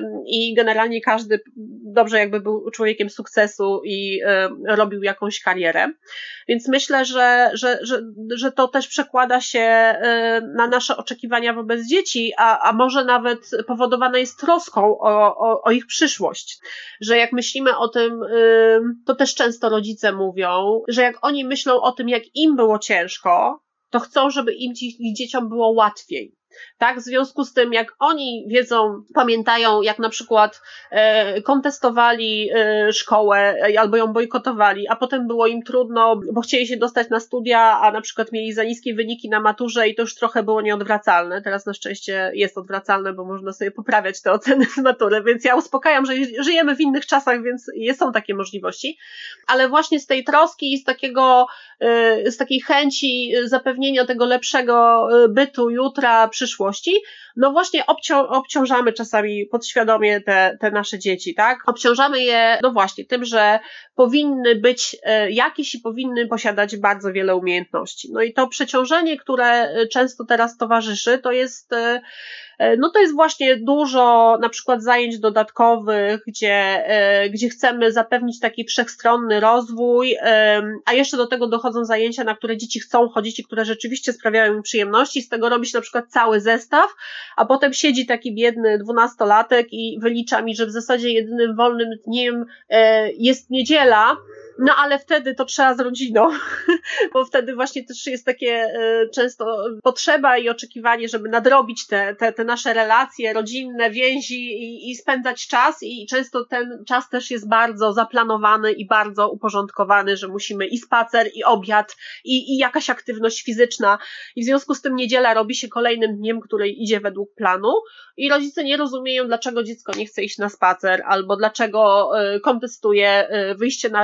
i generalnie każdy dobrze jakby był człowiekiem sukcesu i robił jakąś karierę. Więc myślę, że, że, że, że to też przekłada się na nasze oczekiwania wobec dzieci, a, a może nawet powodowane jest troską o, o, o ich przyszłość. Że jak myślimy o tym, to też często rodzice mówią, że jak oni myślą o tym, jak im było ciężko, to chcą, żeby im ich dzieciom było łatwiej. Tak, w związku z tym, jak oni wiedzą, pamiętają, jak na przykład e, kontestowali e, szkołę e, albo ją bojkotowali, a potem było im trudno, bo chcieli się dostać na studia, a na przykład mieli za niskie wyniki na maturze i to już trochę było nieodwracalne. Teraz na szczęście jest odwracalne, bo można sobie poprawiać te oceny z matury, więc ja uspokajam, że żyjemy w innych czasach, więc są takie możliwości. Ale właśnie z tej troski i z takiego, e, z takiej chęci zapewnienia tego lepszego bytu jutra, przyszłości, no właśnie obcią- obciążamy czasami podświadomie te, te nasze dzieci, tak? Obciążamy je, no właśnie, tym, że powinny być e, jakieś i powinny posiadać bardzo wiele umiejętności. No i to przeciążenie, które często teraz towarzyszy, to jest e, no to jest właśnie dużo na przykład zajęć dodatkowych, gdzie, gdzie chcemy zapewnić taki wszechstronny rozwój, a jeszcze do tego dochodzą zajęcia, na które dzieci chcą chodzić i które rzeczywiście sprawiają im przyjemności, z tego robi się na przykład cały zestaw, a potem siedzi taki biedny dwunastolatek i wylicza mi, że w zasadzie jedynym wolnym dniem jest niedziela, no ale wtedy to trzeba z rodziną, bo wtedy właśnie też jest takie często potrzeba i oczekiwanie, żeby nadrobić te, te, te nasze relacje rodzinne, więzi i, i spędzać czas i często ten czas też jest bardzo zaplanowany i bardzo uporządkowany, że musimy i spacer, i obiad, i, i jakaś aktywność fizyczna i w związku z tym niedziela robi się kolejnym dniem, który idzie według planu i rodzice nie rozumieją, dlaczego dziecko nie chce iść na spacer albo dlaczego y, kontestuje y, wyjście na rower,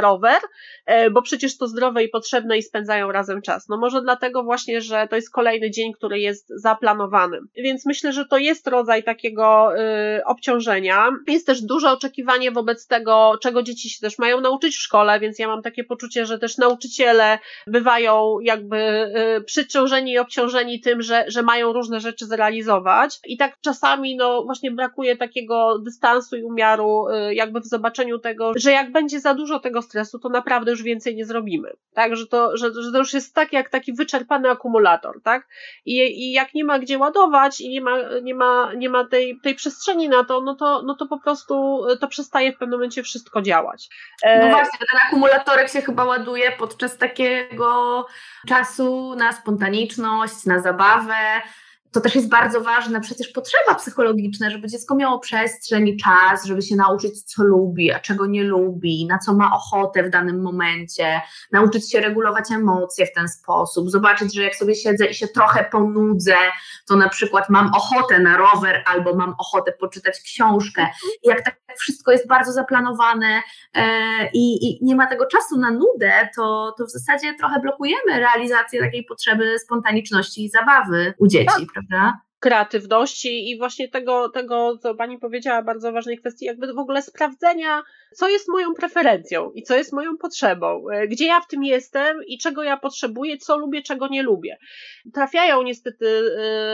bo przecież to zdrowe i potrzebne i spędzają razem czas. No może dlatego właśnie, że to jest kolejny dzień, który jest zaplanowany. Więc myślę, że to jest rodzaj takiego y, obciążenia. Jest też duże oczekiwanie wobec tego, czego dzieci się też mają nauczyć w szkole, więc ja mam takie poczucie, że też nauczyciele bywają jakby y, przyciążeni i obciążeni tym, że, że mają różne rzeczy zrealizować i tak czasami no właśnie brakuje takiego dystansu i umiaru y, jakby w zobaczeniu tego, że jak będzie za dużo tego stresu, to naprawdę już więcej nie zrobimy. Tak, że to, że, że to już jest tak jak taki wyczerpany akumulator, tak? I, i jak nie ma gdzie ładować i nie ma, nie ma, nie ma tej, tej przestrzeni na to, no to, no to po prostu to przestaje w pewnym momencie wszystko działać. No właśnie, ten akumulatorek się chyba ładuje podczas takiego czasu na spontaniczność, na zabawę. To też jest bardzo ważne, przecież potrzeba psychologiczna, żeby dziecko miało przestrzeń i czas, żeby się nauczyć, co lubi, a czego nie lubi, na co ma ochotę w danym momencie, nauczyć się regulować emocje w ten sposób, zobaczyć, że jak sobie siedzę i się trochę ponudzę, to na przykład mam ochotę na rower albo mam ochotę poczytać książkę. I jak tak wszystko jest bardzo zaplanowane e, i, i nie ma tego czasu na nudę, to, to w zasadzie trochę blokujemy realizację takiej potrzeby spontaniczności i zabawy u dzieci, tak. Prawda? Kreatywności i właśnie tego, tego, co pani powiedziała, bardzo ważnej kwestii, jakby w ogóle sprawdzenia, co jest moją preferencją i co jest moją potrzebą, gdzie ja w tym jestem i czego ja potrzebuję, co lubię, czego nie lubię. Trafiają niestety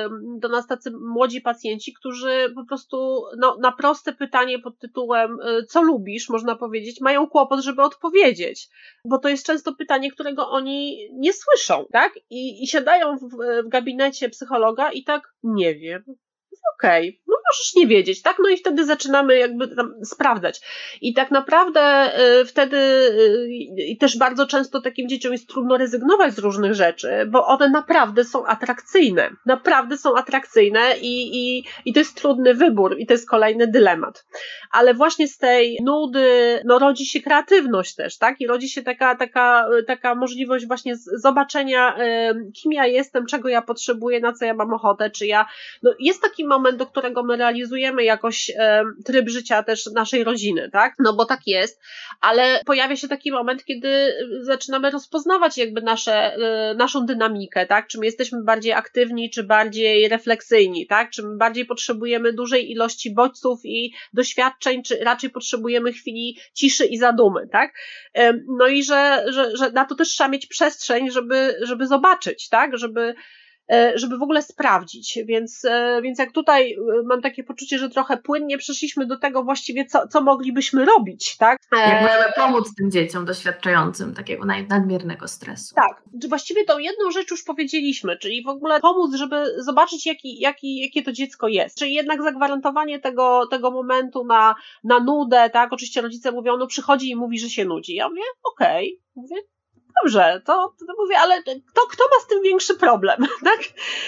do nas tacy młodzi pacjenci, którzy po prostu no, na proste pytanie pod tytułem co lubisz, można powiedzieć, mają kłopot, żeby odpowiedzieć, bo to jest często pytanie, którego oni nie słyszą, tak? I, i siadają w, w gabinecie psychologa i tak nie wiem. Okej, okay, no możesz nie wiedzieć, tak? No i wtedy zaczynamy jakby tam sprawdzać. I tak naprawdę y, wtedy i y, też bardzo często takim dzieciom jest trudno rezygnować z różnych rzeczy, bo one naprawdę są atrakcyjne. Naprawdę są atrakcyjne i, i, i to jest trudny wybór i to jest kolejny dylemat. Ale właśnie z tej nudy no rodzi się kreatywność też, tak? I rodzi się taka, taka, taka możliwość właśnie zobaczenia y, kim ja jestem, czego ja potrzebuję, na co ja mam ochotę, czy ja, no jest taki moment, do którego my realizujemy jakoś e, tryb życia też naszej rodziny, tak? No bo tak jest, ale pojawia się taki moment, kiedy zaczynamy rozpoznawać jakby nasze, e, naszą dynamikę, tak? Czy my jesteśmy bardziej aktywni, czy bardziej refleksyjni, tak? Czy my bardziej potrzebujemy dużej ilości bodźców i doświadczeń, czy raczej potrzebujemy chwili ciszy i zadumy, tak? E, no i że, że, że na to też trzeba mieć przestrzeń, żeby, żeby zobaczyć, tak? Żeby żeby w ogóle sprawdzić, więc, więc jak tutaj mam takie poczucie, że trochę płynnie przeszliśmy do tego właściwie, co, co moglibyśmy robić, tak? Jak możemy pomóc tym dzieciom doświadczającym takiego nadmiernego stresu. Tak, właściwie tą jedną rzecz już powiedzieliśmy, czyli w ogóle pomóc, żeby zobaczyć, jaki, jaki, jakie to dziecko jest, czyli jednak zagwarantowanie tego, tego momentu na, na nudę, tak? Oczywiście rodzice mówią, no przychodzi i mówi, że się nudzi. Ja mówię, okej, okay. mówię, dobrze, to, to mówię, ale kto, kto ma z tym większy problem, tak?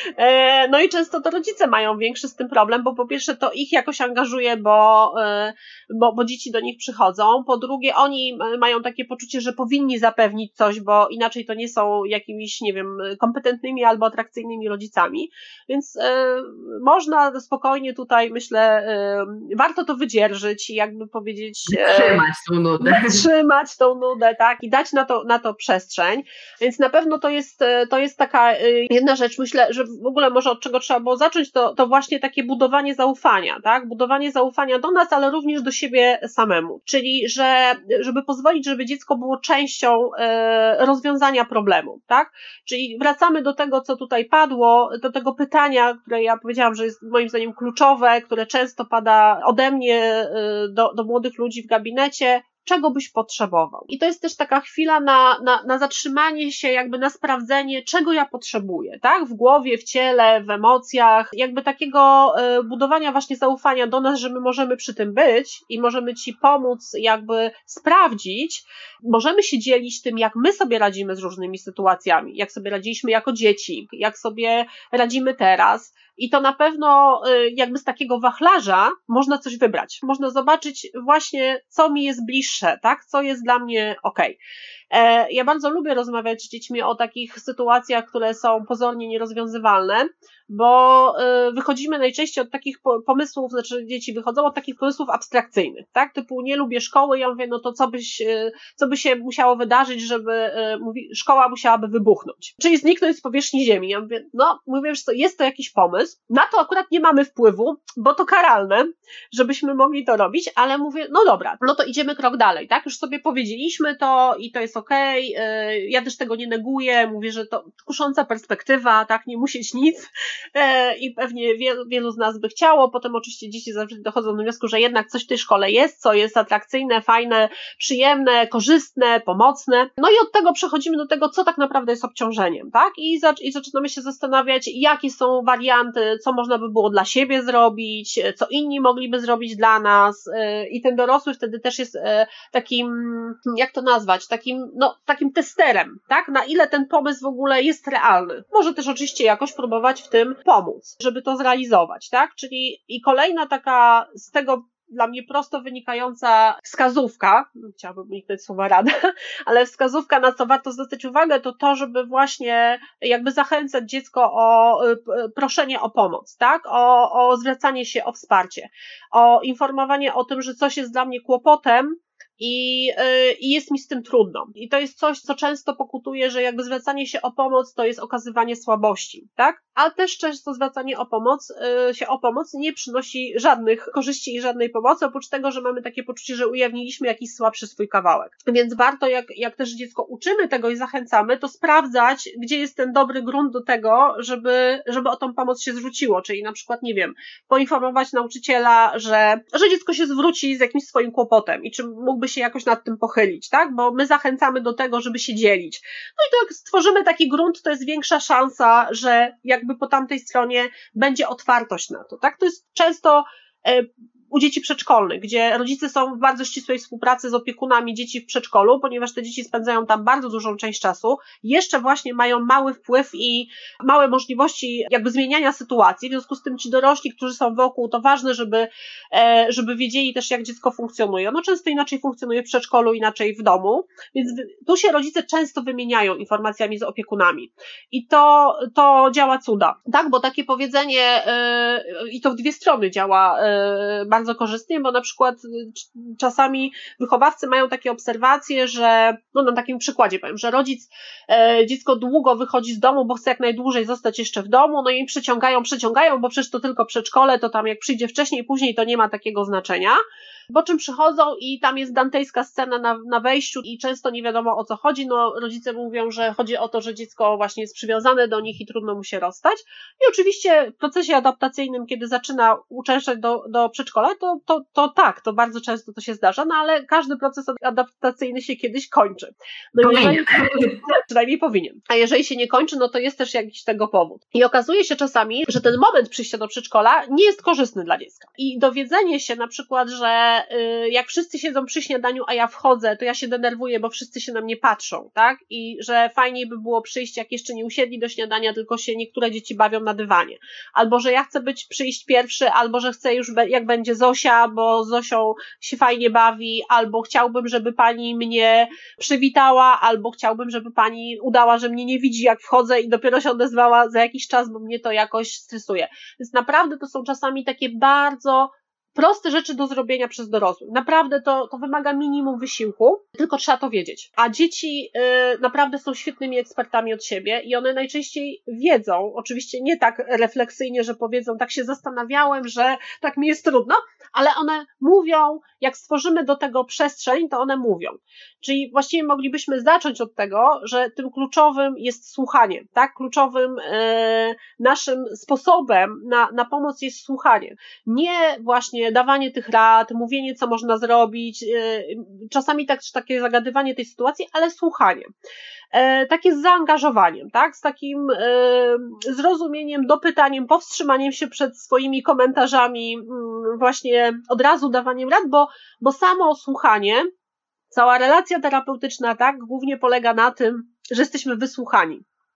E, no i często to rodzice mają większy z tym problem, bo po pierwsze to ich jakoś angażuje, bo, e, bo, bo dzieci do nich przychodzą, po drugie oni mają takie poczucie, że powinni zapewnić coś, bo inaczej to nie są jakimiś, nie wiem, kompetentnymi albo atrakcyjnymi rodzicami, więc e, można spokojnie tutaj, myślę, e, warto to wydzierżyć i jakby powiedzieć... E, trzymać tą nudę. Trzymać tą nudę, tak? I dać na to, na to przestrzeń. Więc na pewno to jest, to jest taka jedna rzecz, myślę, że w ogóle może od czego trzeba było zacząć, to, to właśnie takie budowanie zaufania, tak? Budowanie zaufania do nas, ale również do siebie samemu. Czyli, że, żeby pozwolić, żeby dziecko było częścią e, rozwiązania problemu, tak? Czyli wracamy do tego, co tutaj padło, do tego pytania, które ja powiedziałam, że jest moim zdaniem kluczowe, które często pada ode mnie e, do, do młodych ludzi w gabinecie. Czego byś potrzebował. I to jest też taka chwila na, na, na zatrzymanie się, jakby na sprawdzenie, czego ja potrzebuję, tak? W głowie, w ciele, w emocjach, jakby takiego y, budowania właśnie zaufania do nas, że my możemy przy tym być i możemy ci pomóc jakby sprawdzić, możemy się dzielić tym, jak my sobie radzimy z różnymi sytuacjami, jak sobie radziliśmy jako dzieci, jak sobie radzimy teraz. I to na pewno jakby z takiego wachlarza można coś wybrać. Można zobaczyć właśnie, co mi jest bliższe, tak? Co jest dla mnie okej. Okay. Ja bardzo lubię rozmawiać z dziećmi o takich sytuacjach, które są pozornie nierozwiązywalne, bo y, wychodzimy najczęściej od takich po, pomysłów, znaczy dzieci wychodzą od takich pomysłów abstrakcyjnych, tak, typu nie lubię szkoły, ja mówię, no to co byś, y, co by się musiało wydarzyć, żeby y, mówi, szkoła musiałaby wybuchnąć, czyli zniknąć z powierzchni ziemi. Ja mówię, no, mówię, że to jest to jakiś pomysł, na to akurat nie mamy wpływu, bo to karalne, żebyśmy mogli to robić, ale mówię, no dobra, no to idziemy krok dalej, tak, już sobie powiedzieliśmy to i to jest okej, okay. Ja też tego nie neguję, mówię, że to kusząca perspektywa, tak, nie musieć nic i pewnie wielu, wielu z nas by chciało, potem oczywiście dzieci zawsze dochodzą do wniosku, że jednak coś w tej szkole jest, co jest atrakcyjne, fajne, przyjemne, korzystne, pomocne, no i od tego przechodzimy do tego, co tak naprawdę jest obciążeniem, tak, i, zac- i zaczynamy się zastanawiać, jakie są warianty, co można by było dla siebie zrobić, co inni mogliby zrobić dla nas i ten dorosły wtedy też jest takim, jak to nazwać, takim, no, takim testerem, tak, na ile ten pomysł w ogóle jest realny. Może też oczywiście jakoś próbować w tym pomóc, żeby to zrealizować, tak, czyli i kolejna taka z tego dla mnie prosto wynikająca wskazówka, chciałabym uniknąć słowa rada, ale wskazówka, na co warto zwracać uwagę, to to, żeby właśnie jakby zachęcać dziecko o proszenie o pomoc, tak, o, o zwracanie się o wsparcie, o informowanie o tym, że coś jest dla mnie kłopotem, I, yy, i jest mi z tym trudno. I to jest coś, co często pokutuje, że jakby zwracanie się o pomoc to jest okazywanie słabości, tak? A też często zwracanie o pomoc, yy, się o pomoc nie przynosi żadnych korzyści i żadnej pomocy, oprócz tego, że mamy takie poczucie, że ujawniliśmy jakiś słabszy swój kawałek. Więc warto, jak, jak też dziecko uczymy tego i zachęcamy, to sprawdzać, gdzie jest ten dobry grunt do tego, żeby, żeby o tą pomoc się zwróciło, czyli na przykład, nie wiem, poinformować nauczyciela, że, że dziecko się zwróci z jakimś swoim kłopotem i czy mógłby się jakoś nad tym pochylić, tak? Bo my zachęcamy do tego, żeby się dzielić. No i to jak stworzymy taki grunt, to jest większa szansa, że jakby po tamtej stronie będzie otwartość na to, tak? To jest często e, u dzieci przedszkolnych, gdzie rodzice są w bardzo ścisłej współpracy z opiekunami dzieci w przedszkolu, ponieważ te dzieci spędzają tam bardzo dużą część czasu, jeszcze właśnie mają mały wpływ i małe możliwości jakby zmieniania sytuacji, w związku z tym ci dorośli, którzy są wokół, to ważne, żeby, żeby wiedzieli też, jak dziecko funkcjonuje. Ono często inaczej funkcjonuje w przedszkolu, inaczej w domu, więc tu się rodzice często wymieniają informacjami z opiekunami i to, to działa cuda, tak, bo takie powiedzenie i to w dwie strony działa bardzo bardzo korzystnie, bo na przykład czasami wychowawcy mają takie obserwacje, że, no na takim przykładzie powiem, że rodzic, e, dziecko długo wychodzi z domu, bo chce jak najdłużej zostać jeszcze w domu, no i przeciągają, przeciągają, bo przecież to tylko przedszkole, to tam jak przyjdzie wcześniej, później to nie ma takiego znaczenia, po czym przychodzą i tam jest dantejska scena na, na wejściu i często nie wiadomo o co chodzi, no rodzice mówią, że chodzi o to, że dziecko właśnie jest przywiązane do nich i trudno mu się rozstać i oczywiście w procesie adaptacyjnym, kiedy zaczyna uczęszczać do, do przedszkola, to, to, to tak, to bardzo często to się zdarza, no ale każdy proces adaptacyjny się kiedyś kończy. No jeżeli, przynajmniej powinien. A jeżeli się nie kończy, no to jest też jakiś tego powód. I okazuje się czasami, że ten moment przyjścia do przedszkola nie jest korzystny dla dziecka. I dowiedzenie się na przykład, że y, jak wszyscy siedzą przy śniadaniu, a ja wchodzę, to ja się denerwuję, bo wszyscy się na mnie patrzą, tak? I że fajniej by było przyjść, jak jeszcze nie usiedli do śniadania, tylko się niektóre dzieci bawią na dywanie. Albo, że ja chcę być przyjść pierwszy, albo, że chcę już, be, jak będzie Zosia, bo z Zosią się fajnie bawi, albo chciałbym, żeby pani mnie przywitała, albo chciałbym, żeby pani udała, że mnie nie widzi, jak wchodzę i dopiero się odezwała za jakiś czas, bo mnie to jakoś stresuje. Więc naprawdę to są czasami takie bardzo proste rzeczy do zrobienia przez dorosłych. Naprawdę to, to wymaga minimum wysiłku, tylko trzeba to wiedzieć. A dzieci y, naprawdę są świetnymi ekspertami od siebie i one najczęściej wiedzą, oczywiście nie tak refleksyjnie, że powiedzą, tak się zastanawiałem, że tak mi jest trudno, ale one mówią, jak stworzymy do tego przestrzeń, to one mówią. Czyli właściwie moglibyśmy zacząć od tego, że tym kluczowym jest słuchanie, tak? Kluczowym y, naszym sposobem na, na pomoc jest słuchanie. Nie właśnie dawanie tych rad, mówienie, co można zrobić, czasami tak, takie zagadywanie tej sytuacji, ale słuchanie. Takie z zaangażowaniem, tak? Z takim zrozumieniem, dopytaniem, powstrzymaniem się przed swoimi komentarzami, właśnie od razu dawaniem rad, bo, bo samo słuchanie, cała relacja terapeutyczna, tak, głównie polega na tym, że jesteśmy wysłuchani.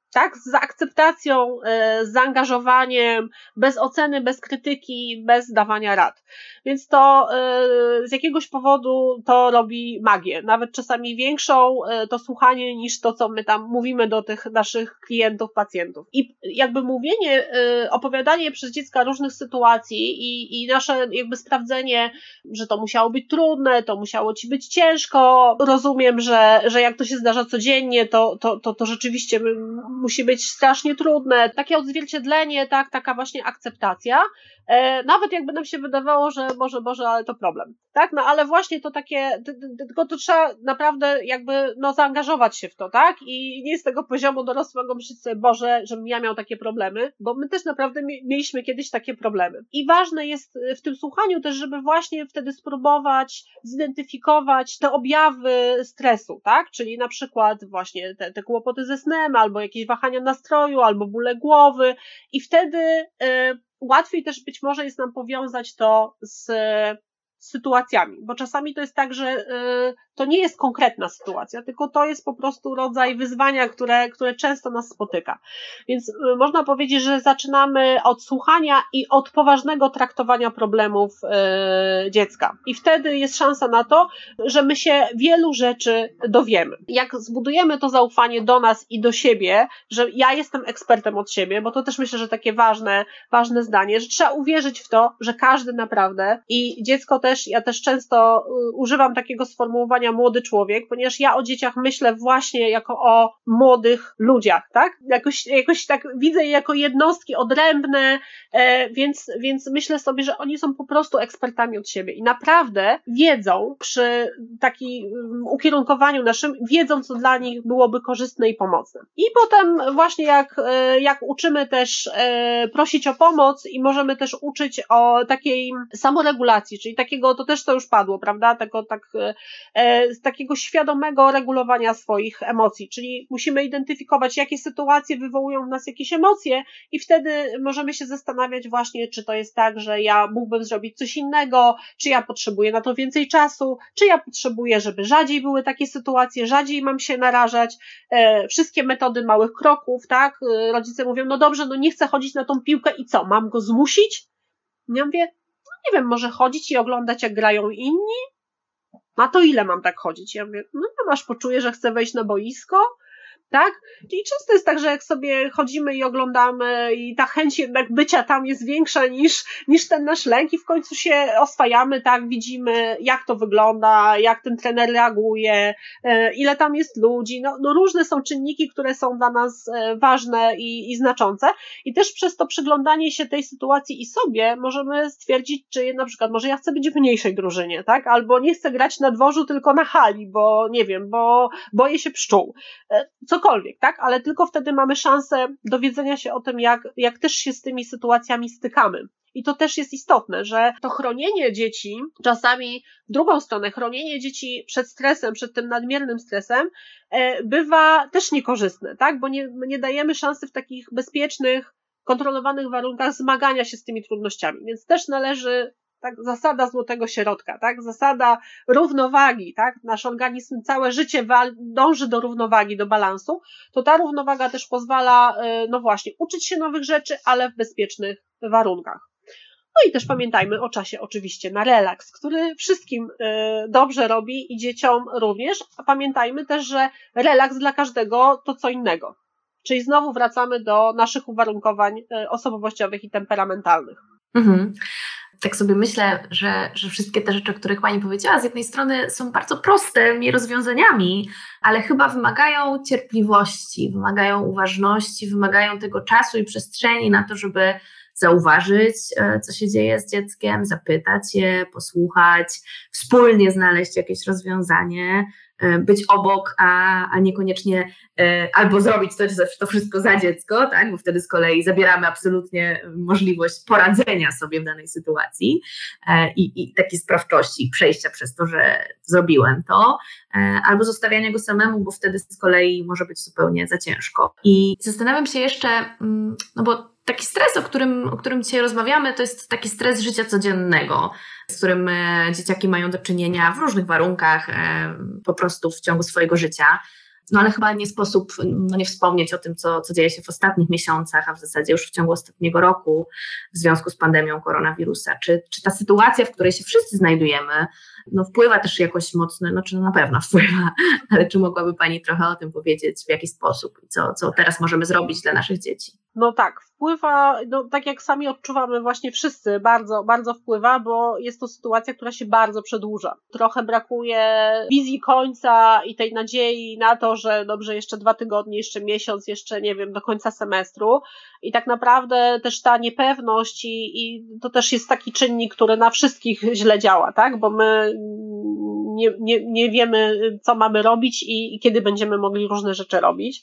tak, z akceptacją, z zaangażowaniem, bez oceny, bez krytyki, bez dawania rad. Więc to z jakiegoś powodu to robi magię, nawet czasami większą to słuchanie niż to, co my tam mówimy do tych naszych klientów, pacjentów. I jakby mówienie, opowiadanie przez dziecka różnych sytuacji i, i nasze jakby sprawdzenie, że to musiało być trudne, to musiało ci być ciężko, rozumiem, że, że jak to się zdarza codziennie, to, to, to, to rzeczywiście musi być strasznie trudne. Takie odzwierciedlenie, tak, taka właśnie akceptacja. E, nawet jakby nam się wydawało, że Boże, Boże, ale to problem. Tak, no ale właśnie to takie, tylko to trzeba naprawdę jakby, no zaangażować się w to, tak? I nie z tego poziomu dorosłego myśleć sobie, Boże, żebym ja miał takie problemy, bo my też naprawdę mieliśmy kiedyś takie problemy. I ważne jest w tym słuchaniu też, żeby właśnie wtedy spróbować zidentyfikować te objawy stresu, tak? Czyli na przykład właśnie te, te kłopoty ze snem, albo jakieś wahania nastroju, albo bóle głowy i wtedy y, łatwiej też być może jest nam powiązać to z sytuacjami, bo czasami to jest tak, że y, to nie jest konkretna sytuacja, tylko to jest po prostu rodzaj wyzwania, które, które często nas spotyka. Więc y, można powiedzieć, że zaczynamy od słuchania i od poważnego traktowania problemów y, dziecka. I wtedy jest szansa na to, że my się wielu rzeczy dowiemy. Jak zbudujemy to zaufanie do nas i do siebie, że ja jestem ekspertem od siebie, bo to też myślę, że takie ważne, ważne zdanie, że trzeba uwierzyć w to, że każdy naprawdę i dziecko też, ja też często y, używam takiego sformułowania młody człowiek, ponieważ ja o dzieciach myślę właśnie jako o młodych ludziach, tak? Jakoś, jakoś tak widzę je jako jednostki odrębne, e, więc, więc myślę sobie, że oni są po prostu ekspertami od siebie i naprawdę wiedzą przy takim ukierunkowaniu naszym, wiedzą, co dla nich byłoby korzystne i pomocne. I potem właśnie jak, jak uczymy też e, prosić o pomoc i możemy też uczyć o takiej samoregulacji, czyli takiego, to też to już padło, prawda? Tego, tak, e, z takiego świadomego regulowania swoich emocji, czyli musimy identyfikować, jakie sytuacje wywołują w nas jakieś emocje i wtedy możemy się zastanawiać właśnie, czy to jest tak, że ja mógłbym zrobić coś innego, czy ja potrzebuję na to więcej czasu, czy ja potrzebuję, żeby rzadziej były takie sytuacje, rzadziej mam się narażać, e, wszystkie metody małych kroków, tak? E, rodzice mówią, no dobrze, no nie chcę chodzić na tą piłkę i co, mam go zmusić? Ja mówię, no nie wiem, może chodzić i oglądać, jak grają inni? Na to ile mam tak chodzić? Ja mówię, no nie masz, poczuję, że chcę wejść na boisko, tak? I często jest tak, że jak sobie chodzimy i oglądamy i ta chęć jednak bycia tam jest większa niż, niż ten nasz lęk i w końcu się oswajamy, tak? Widzimy, jak to wygląda, jak ten trener reaguje, ile tam jest ludzi, no, no różne są czynniki, które są dla nas ważne i, i znaczące i też przez to przyglądanie się tej sytuacji i sobie możemy stwierdzić, czy na przykład może ja chcę być w mniejszej drużynie, tak? Albo nie chcę grać na dworzu, tylko na hali, bo nie wiem, bo boję się pszczół. Cokolwiek, tak? Ale tylko wtedy mamy szansę dowiedzenia się o tym, jak, jak też się z tymi sytuacjami stykamy. I to też jest istotne, że to chronienie dzieci, czasami w drugą stronę, chronienie dzieci przed stresem, przed tym nadmiernym stresem, e, bywa też niekorzystne, tak? Bo nie, nie dajemy szansy w takich bezpiecznych, kontrolowanych warunkach zmagania się z tymi trudnościami. Więc też należy tak, zasada złotego środka, tak? Zasada równowagi, tak? Nasz organizm całe życie wal- dąży do równowagi, do balansu, to ta równowaga też pozwala, no właśnie, uczyć się nowych rzeczy, ale w bezpiecznych warunkach. No i też pamiętajmy o czasie oczywiście na relaks, który wszystkim dobrze robi i dzieciom również, a pamiętajmy też, że relaks dla każdego to co innego. Czyli znowu wracamy do naszych uwarunkowań osobowościowych i temperamentalnych. Mhm. Tak sobie myślę, że, że wszystkie te rzeczy, o których Pani powiedziała, z jednej strony są bardzo prostymi rozwiązaniami, ale chyba wymagają cierpliwości, wymagają uważności, wymagają tego czasu i przestrzeni na to, żeby zauważyć, co się dzieje z dzieckiem, zapytać je, posłuchać, wspólnie znaleźć jakieś rozwiązanie, być obok, a, a niekoniecznie e, albo zrobić to, to wszystko za dziecko, tak? Bo wtedy z kolei zabieramy absolutnie możliwość poradzenia sobie w danej sytuacji e, i, i takiej sprawczości, przejścia przez to, że zrobiłem to, e, albo zostawiania go samemu, bo wtedy z kolei może być zupełnie za ciężko. I zastanawiam się jeszcze, no bo taki stres, o którym, o którym dzisiaj rozmawiamy, to jest taki stres życia codziennego, z którym dzieciaki mają do czynienia w różnych warunkach, po prostu w ciągu swojego życia. No ale chyba nie sposób no, nie wspomnieć o tym, co, co dzieje się w ostatnich miesiącach, a w zasadzie już w ciągu ostatniego roku w związku z pandemią koronawirusa. Czy, czy ta sytuacja, w której się wszyscy znajdujemy, no wpływa też jakoś mocno, no czy na pewno wpływa, ale czy mogłaby Pani trochę o tym powiedzieć, w jaki sposób i co, co teraz możemy zrobić dla naszych dzieci? No tak, wpływa, no tak jak sami odczuwamy właśnie wszyscy, bardzo, bardzo wpływa, bo jest to sytuacja, która się bardzo przedłuża. Trochę brakuje wizji końca i tej nadziei na to, że dobrze, jeszcze dwa tygodnie, jeszcze miesiąc, jeszcze nie wiem, do końca semestru i tak naprawdę też ta niepewność i, i to też jest taki czynnik, który na wszystkich źle działa, tak, bo my nie, nie, nie wiemy, co mamy robić i, i kiedy będziemy mogli różne rzeczy robić.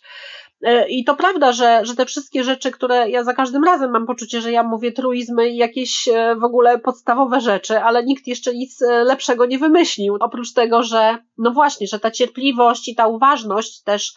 I to prawda, że, że te wszystkie rzeczy, które ja za każdym razem mam poczucie, że ja mówię truizmy i jakieś w ogóle podstawowe rzeczy, ale nikt jeszcze nic lepszego nie wymyślił. Oprócz tego, że no właśnie, że ta cierpliwość i ta uważność też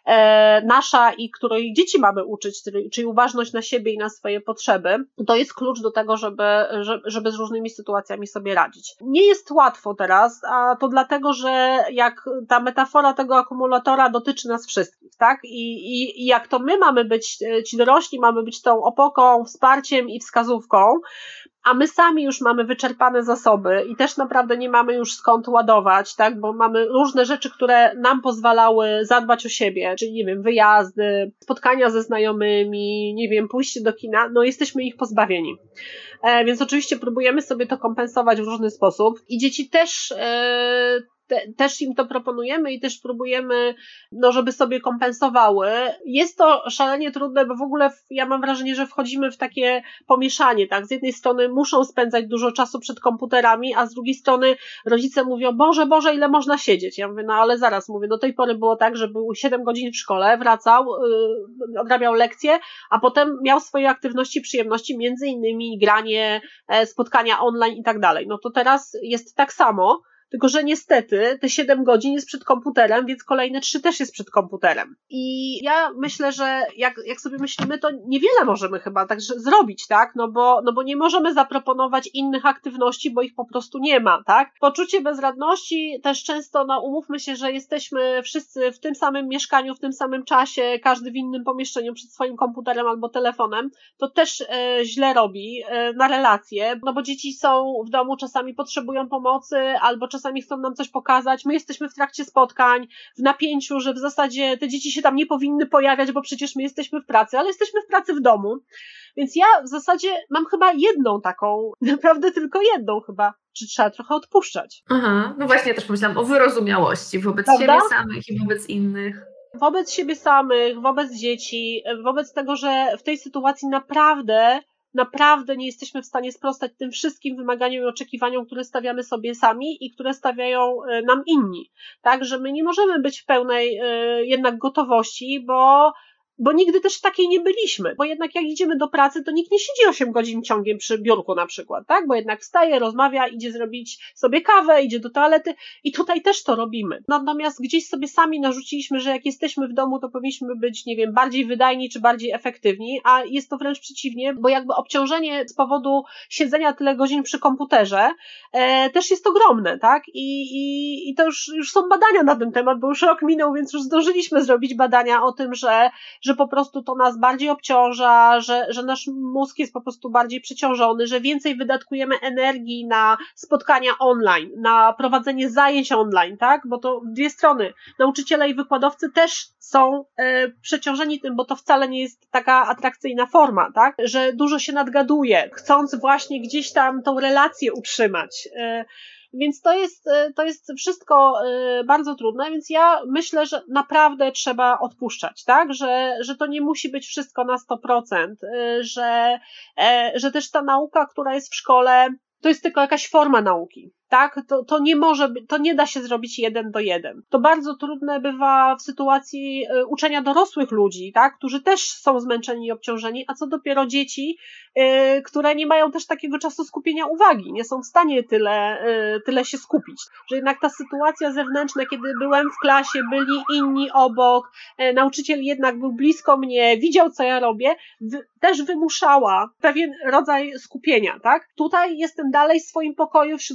e, nasza i której dzieci mamy uczyć, czyli uważność na siebie i na swoje potrzeby, to jest klucz do tego, żeby, żeby z różnymi sytuacjami sobie radzić. Nie jest łatwo teraz, a to dlatego, że jak ta metafora tego akumulatora dotyczy nas wszystkich, tak? I, i, i jak to my mamy być, ci dorośli mamy być tą opoką, wsparciem i wskazówką, a my sami już mamy wyczerpane zasoby i też naprawdę nie mamy już skąd ładować, tak, bo mamy różne rzeczy, które nam pozwalały zadbać o siebie, czyli nie wiem, wyjazdy, spotkania ze znajomymi, nie wiem, pójście do kina, no jesteśmy ich pozbawieni. E, więc oczywiście próbujemy sobie to kompensować w różny sposób i dzieci też e, Te, też im to proponujemy i też próbujemy, no, żeby sobie kompensowały. Jest to szalenie trudne, bo w ogóle w, ja mam wrażenie, że wchodzimy w takie pomieszanie, tak? Z jednej strony muszą spędzać dużo czasu przed komputerami, a z drugiej strony rodzice mówią, Boże, Boże, ile można siedzieć? Ja mówię, no ale zaraz, mówię, do tej pory było tak, że był siedem godzin w szkole, wracał, yy, odrabiał lekcje, a potem miał swoje aktywności, przyjemności, między innymi granie, e, spotkania online i tak dalej. No to teraz jest tak samo, tylko że niestety te siedem godzin jest przed komputerem, więc kolejne trzy też jest przed komputerem. I ja myślę, że jak, jak sobie myślimy, to niewiele możemy chyba tak zrobić, tak? No bo, no bo nie możemy zaproponować innych aktywności, bo ich po prostu nie ma, tak? Poczucie bezradności też często, no umówmy się, że jesteśmy wszyscy w tym samym mieszkaniu, w tym samym czasie, każdy w innym pomieszczeniu przed swoim komputerem albo telefonem, to też e, źle robi e, na relacje, no bo dzieci są w domu, czasami potrzebują pomocy, albo czasami Czasami chcą nam coś pokazać, my jesteśmy w trakcie spotkań, w napięciu, że w zasadzie te dzieci się tam nie powinny pojawiać, bo przecież my jesteśmy w pracy, ale jesteśmy w pracy w domu. Więc ja w zasadzie mam chyba jedną taką, naprawdę tylko jedną chyba, czy trzeba trochę odpuszczać. Aha, no właśnie ja też pomyślałam o wyrozumiałości wobec Prawda? siebie samych i wobec innych. Wobec siebie samych, wobec dzieci, wobec tego, że w tej sytuacji naprawdę Naprawdę nie jesteśmy w stanie sprostać tym wszystkim wymaganiom i oczekiwaniom, które stawiamy sobie sami i które stawiają nam inni. Tak, że my nie możemy być w pełnej jednak gotowości, bo bo nigdy też takiej nie byliśmy, bo jednak jak idziemy do pracy, to nikt nie siedzi osiem godzin ciągiem przy biurku na przykład, tak, bo jednak wstaje, rozmawia, idzie zrobić sobie kawę, idzie do toalety i tutaj też to robimy. Natomiast gdzieś sobie sami narzuciliśmy, że jak jesteśmy w domu, to powinniśmy być, nie wiem, bardziej wydajni czy bardziej efektywni, a jest to wręcz przeciwnie, bo jakby obciążenie z powodu siedzenia tyle godzin przy komputerze e, też jest ogromne, tak, i, i, i to już, już są badania na ten temat, bo już rok minął, więc już zdążyliśmy zrobić badania o tym, że że po prostu to nas bardziej obciąża, że, że nasz mózg jest po prostu bardziej przeciążony, że więcej wydatkujemy energii na spotkania online, na prowadzenie zajęć online, tak? Bo to w dwie strony. Nauczyciele i wykładowcy też są e, przeciążeni tym, bo to wcale nie jest taka atrakcyjna forma, tak? Że dużo się nadgaduje, chcąc właśnie gdzieś tam tą relację utrzymać. E, Więc to jest, to jest wszystko bardzo trudne, więc ja myślę, że naprawdę trzeba odpuszczać, tak, że, że to nie musi być wszystko na sto procent, że, że też ta nauka, która jest w szkole, to jest tylko jakaś forma nauki. Tak, to, to nie może, to nie da się zrobić jeden do jeden. To bardzo trudne bywa w sytuacji uczenia dorosłych ludzi, tak, którzy też są zmęczeni i obciążeni, a co dopiero dzieci, yy, które nie mają też takiego czasu skupienia uwagi, nie są w stanie tyle, yy, tyle się skupić. Że jednak ta sytuacja zewnętrzna, kiedy byłem w klasie, byli inni obok, yy, nauczyciel jednak był blisko mnie, widział, co ja robię, wy, też wymuszała pewien rodzaj skupienia, tak. Tutaj jestem dalej w swoim pokoju, wśród swoich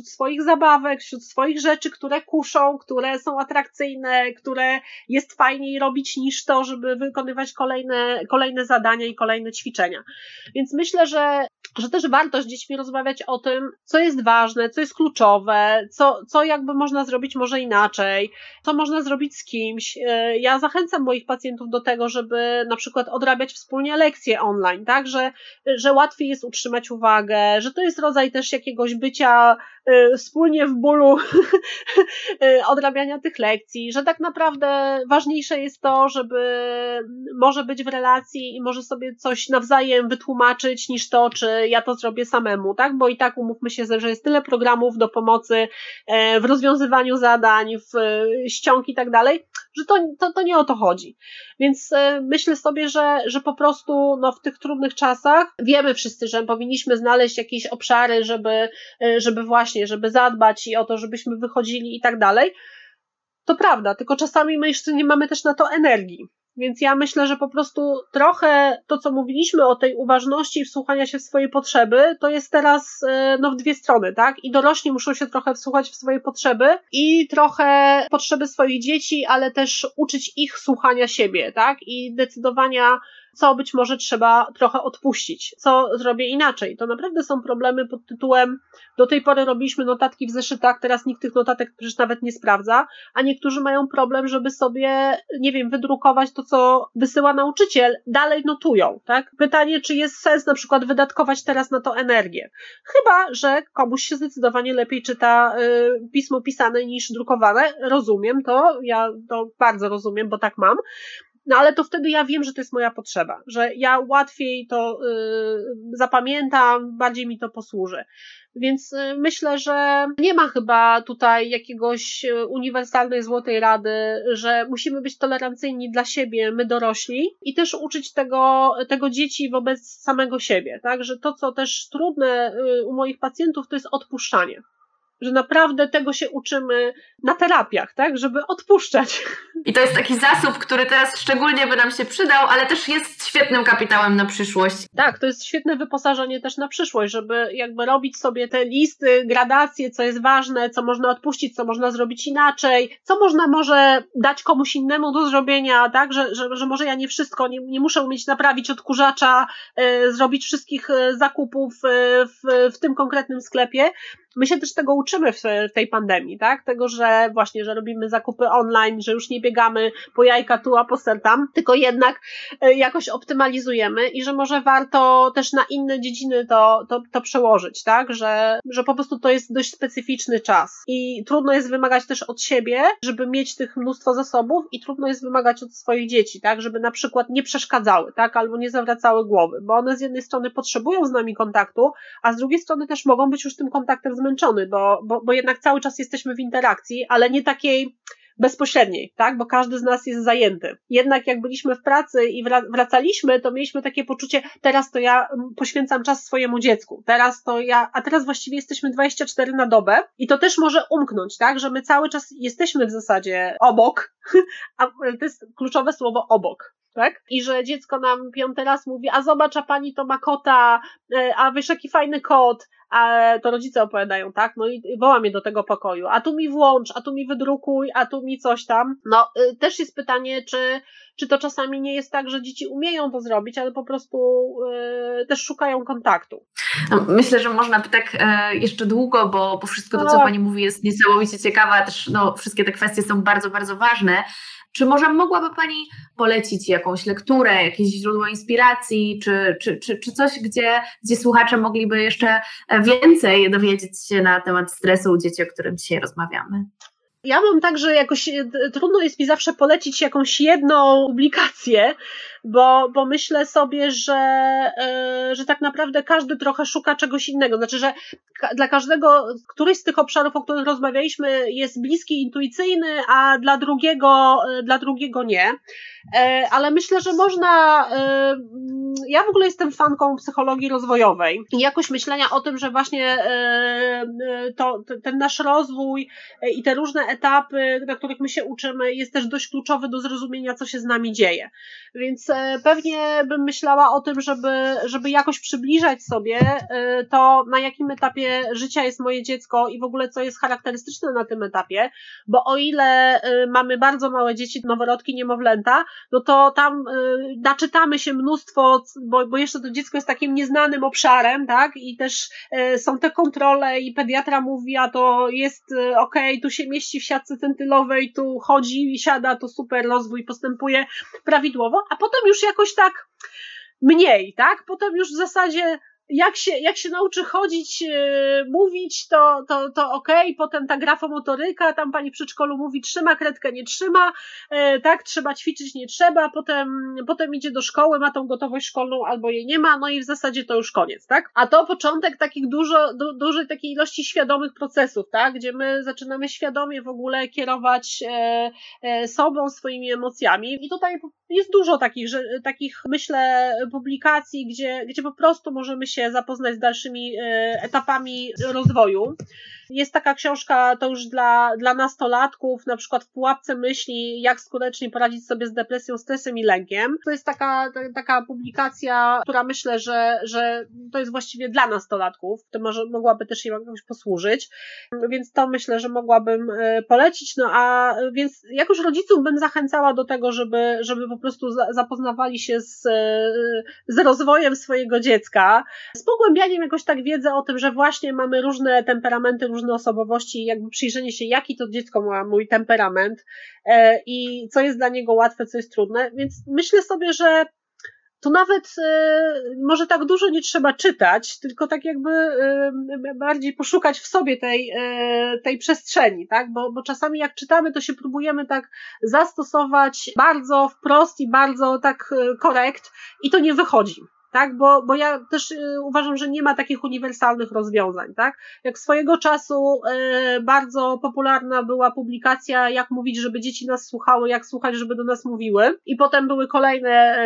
zabawek, wśród swoich rzeczy, które kuszą, które są atrakcyjne, które jest fajniej robić niż to, żeby wykonywać kolejne, kolejne zadania i kolejne ćwiczenia. Więc myślę, że, że też warto z dziećmi rozmawiać o tym, co jest ważne, co jest kluczowe, co, co jakby można zrobić może inaczej, co można zrobić z kimś. Ja zachęcam moich pacjentów do tego, żeby na przykład odrabiać wspólnie lekcje online, tak, że, że łatwiej jest utrzymać uwagę, że to jest rodzaj też jakiegoś bycia y, wspólnie w bólu odrabiania tych lekcji, że tak naprawdę ważniejsze jest to, żeby może być w relacji i może sobie coś nawzajem wytłumaczyć, niż to, czy ja to zrobię samemu, tak, bo i tak umówmy się, że jest tyle programów do pomocy w rozwiązywaniu zadań, w ściąg i tak dalej, że to, to, to nie o to chodzi. Więc myślę sobie, że, że po prostu no, w tych trudnych czasach wiemy wszyscy, że powinniśmy znaleźć jakieś obszary, żeby, żeby właśnie, żeby zadbać i o to, żebyśmy wychodzili i tak dalej. To prawda, tylko czasami my jeszcze nie mamy też na to energii. Więc ja myślę, że po prostu trochę to, co mówiliśmy o tej uważności i wsłuchania się w swoje potrzeby, to jest teraz no, w dwie strony, tak? I dorośli muszą się trochę wsłuchać w swoje potrzeby i trochę potrzeby swoich dzieci, ale też uczyć ich słuchania siebie, tak? I decydowania, co być może trzeba trochę odpuścić, co zrobię inaczej. To naprawdę są problemy pod tytułem, do tej pory robiliśmy notatki w zeszytach, teraz nikt tych notatek przecież nawet nie sprawdza, a niektórzy mają problem, żeby sobie, nie wiem, wydrukować to, co wysyła nauczyciel, dalej notują, tak? Pytanie, czy jest sens na przykład wydatkować teraz na to energię. Chyba, że komuś się zdecydowanie lepiej czyta y, pismo pisane niż drukowane. Rozumiem to, ja to bardzo rozumiem, bo tak mam. No ale to wtedy ja wiem, że to jest moja potrzeba, że ja łatwiej to y, zapamiętam, bardziej mi to posłuży. Więc y, myślę, że nie ma chyba tutaj jakiegoś uniwersalnej złotej rady, że musimy być tolerancyjni dla siebie, my dorośli, i też uczyć tego, tego dzieci wobec samego siebie, tak? Że to, co też trudne y, u moich pacjentów, to jest odpuszczanie. Że naprawdę tego się uczymy na terapiach, tak, żeby odpuszczać. I to jest taki zasób, który teraz szczególnie by nam się przydał, ale też jest świetnym kapitałem na przyszłość. Tak, to jest świetne wyposażenie też na przyszłość, żeby jakby robić sobie te listy, gradacje, co jest ważne, co można odpuścić, co można zrobić inaczej, co można może dać komuś innemu do zrobienia, tak, że, że, że może ja nie wszystko, nie, nie muszę umieć naprawić odkurzacza, y, zrobić wszystkich zakupów y, w, w tym konkretnym sklepie. My się też tego uczymy w, w tej pandemii, tak? Tego, że właśnie, że robimy zakupy online, że już nie biegamy po jajka tu, a po ser tam, tylko jednak jakoś optymalizujemy i że może warto też na inne dziedziny to, to, to przełożyć, tak? Że, że po prostu to jest dość specyficzny czas i trudno jest wymagać też od siebie, żeby mieć tych mnóstwo zasobów, i trudno jest wymagać od swoich dzieci, tak? Żeby na przykład nie przeszkadzały, tak? Albo nie zawracały głowy, bo one z jednej strony potrzebują z nami kontaktu, a z drugiej strony też mogą być już tym kontaktem zmęczony, bo, bo, bo jednak cały czas jesteśmy w interakcji, ale nie takiej bezpośredniej, tak, bo każdy z nas jest zajęty. Jednak jak byliśmy w pracy i wracaliśmy, to mieliśmy takie poczucie, teraz to ja poświęcam czas swojemu dziecku, teraz to ja, a teraz właściwie jesteśmy dwadzieścia cztery na dobę i to też może umknąć, tak, że my cały czas jesteśmy w zasadzie obok, a to jest kluczowe słowo obok. Tak? I że dziecko nam piąty raz mówi, a zobacz, a pani to ma kota, a wiesz, jaki fajny kot, a to rodzice opowiadają, tak? No i woła mnie do tego pokoju, a tu mi włącz, a tu mi wydrukuj, a tu mi coś tam. No, y, też jest pytanie, czy, czy to czasami nie jest tak, że dzieci umieją to zrobić, ale po prostu y, też szukają kontaktu. No, myślę, że można by tak e, jeszcze długo, bo, bo wszystko to, co pani mówi, jest niesamowicie ciekawe, a też no, wszystkie te kwestie są bardzo, bardzo ważne. Czy może mogłaby pani polecić jakąś lekturę, jakieś źródło inspiracji, czy, czy, czy, czy coś, gdzie, gdzie słuchacze mogliby jeszcze więcej dowiedzieć się na temat stresu u dzieci, o którym dzisiaj rozmawiamy? Ja mam tak, że jakoś trudno jest mi zawsze polecić jakąś jedną publikację, bo, bo myślę sobie, że, yy, że tak naprawdę każdy trochę szuka czegoś innego. Znaczy, że ka- dla każdego któryś z tych obszarów, o których rozmawialiśmy, jest bliski, intuicyjny, a dla drugiego, yy, dla drugiego nie. Yy, ale myślę, że można... Yy, ja w ogóle jestem fanką psychologii rozwojowej i jakoś myślenia o tym, że właśnie yy, to, ten nasz rozwój yy, i te różne etapy, na których my się uczymy, jest też dość kluczowy do zrozumienia, co się z nami dzieje. Więc pewnie bym myślała o tym, żeby, żeby jakoś przybliżać sobie to, na jakim etapie życia jest moje dziecko i w ogóle co jest charakterystyczne na tym etapie, bo o ile mamy bardzo małe dzieci, noworodki, niemowlęta, no to tam naczytamy się mnóstwo, bo, bo jeszcze to dziecko jest takim nieznanym obszarem, tak, i też są te kontrole i pediatra mówi, a to jest okej, okay, tu się mieści w siatce centylowej, tu chodzi i siada, to super, rozwój postępuje prawidłowo, a potem już jakoś tak mniej, tak? Potem już w zasadzie jak się, jak się nauczy chodzić, yy, mówić, to, to, to okej, okay. Potem ta grafomotoryka, tam pani w przedszkolu mówi, trzyma kredkę, nie trzyma, yy, tak, trzeba ćwiczyć, nie trzeba, potem, potem idzie do szkoły, ma tą gotowość szkolną albo jej nie ma, no i w zasadzie to już koniec, tak? A to początek takich dużo, du, dużej takiej ilości świadomych procesów, tak? Gdzie my zaczynamy świadomie w ogóle kierować e, e, sobą, swoimi emocjami i tutaj jest dużo takich, że, takich myślę, publikacji, gdzie, gdzie po prostu możemy się zapoznać z dalszymi etapami rozwoju. Jest taka książka, to już dla, dla nastolatków, na przykład w pułapce myśli, jak skutecznie poradzić sobie z depresją, stresem i lękiem. To jest taka, ta, taka publikacja, która myślę, że, że to jest właściwie dla nastolatków, to może mogłaby też im jakoś posłużyć, więc to myślę, że mogłabym polecić, no a więc jak już rodziców bym zachęcała do tego, żeby, żeby po prostu zapoznawali się z, z rozwojem swojego dziecka, z pogłębianiem jakoś tak wiedzy o tym, że właśnie mamy różne temperamenty, różne osobowości i jakby przyjrzenie się, jaki to dziecko ma mój temperament e, i co jest dla niego łatwe, co jest trudne, więc myślę sobie, że to nawet e, może tak dużo nie trzeba czytać, tylko tak jakby e, bardziej poszukać w sobie tej, e, tej przestrzeni, tak? Bo, bo czasami jak czytamy, to się próbujemy tak zastosować bardzo wprost i bardzo tak korekt i to nie wychodzi. Tak, bo, bo ja też y, uważam, że nie ma takich uniwersalnych rozwiązań, tak? Jak swojego czasu y, bardzo popularna była publikacja, jak mówić, żeby dzieci nas słuchały, jak słuchać, żeby do nas mówiły, i potem były kolejne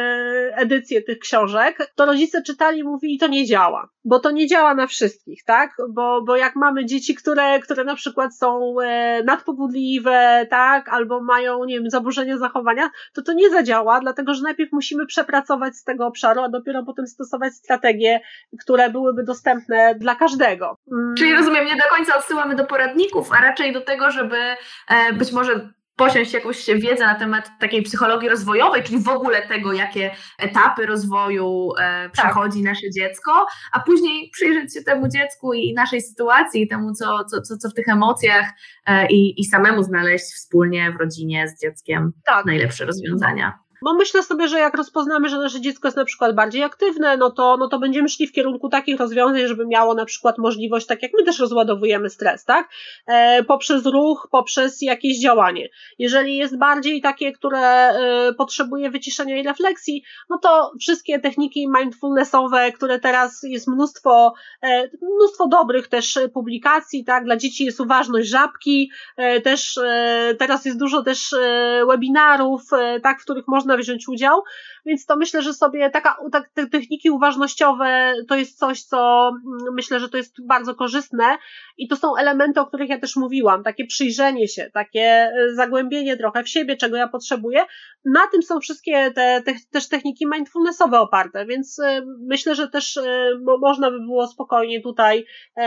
y, edycje tych książek, to rodzice czytali i mówili, to nie działa, bo to nie działa na wszystkich, tak? Bo, bo jak mamy dzieci, które, które na przykład są y, nadpobudliwe, tak? Albo mają, nie wiem, zaburzenia zachowania, to to nie zadziała, dlatego, że najpierw musimy przepracować z tego obszaru, a dopiero potem stosować strategie, które byłyby dostępne dla każdego. Czyli rozumiem, nie do końca odsyłamy do poradników, a raczej do tego, żeby e, być może posiąść jakąś wiedzę na temat takiej psychologii rozwojowej, czyli w ogóle tego, jakie etapy rozwoju e, przechodzi tak. nasze dziecko, a później przyjrzeć się temu dziecku i naszej sytuacji, i temu, co, co, co, co w tych emocjach e, i, i samemu znaleźć wspólnie w rodzinie z dzieckiem tak. najlepsze rozwiązania. Bo myślę sobie, że jak rozpoznamy, że nasze dziecko jest na przykład bardziej aktywne, no to, no to będziemy szli w kierunku takich rozwiązań, żeby miało na przykład możliwość, tak jak my też rozładowujemy stres, tak? E, poprzez ruch, poprzez jakieś działanie. Jeżeli jest bardziej takie, które e, potrzebuje wyciszenia i refleksji, no to wszystkie techniki mindfulnessowe, które teraz jest mnóstwo, e, mnóstwo dobrych też publikacji, tak? Dla dzieci jest uważność żabki, e, też e, teraz jest dużo też e, webinarów, e, tak, w których można wziąć udział, więc to myślę, że sobie taka, tak, te techniki uważnościowe to jest coś, co myślę, że to jest bardzo korzystne i to są elementy, o których ja też mówiłam, takie przyjrzenie się, takie zagłębienie trochę w siebie, czego ja potrzebuję. Na tym są wszystkie te, te też techniki mindfulnessowe oparte, więc myślę, że też można by było spokojnie tutaj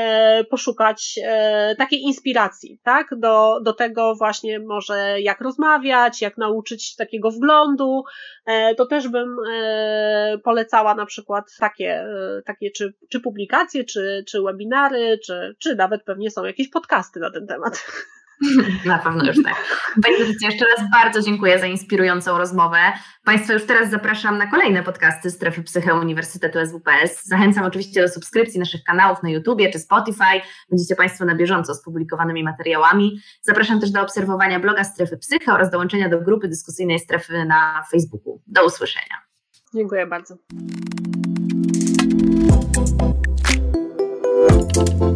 poszukać takiej inspiracji, tak, do, do tego właśnie może jak rozmawiać, jak nauczyć takiego wglądu. To też bym polecała na przykład takie, takie czy, czy publikacje, czy, czy webinary, czy, czy nawet pewnie są jakieś podcasty na ten temat. Na pewno już tak. Pani Dorzycie, jeszcze raz bardzo dziękuję za inspirującą rozmowę. Państwa już teraz zapraszam na kolejne podcasty Strefy Psyche Uniwersytetu S W P S. Zachęcam oczywiście do subskrypcji naszych kanałów na YouTubie czy Spotify. Będziecie Państwo na bieżąco z publikowanymi materiałami. Zapraszam też do obserwowania bloga Strefy Psyche oraz dołączenia do grupy dyskusyjnej Strefy na Facebooku. Do usłyszenia. Dziękuję bardzo.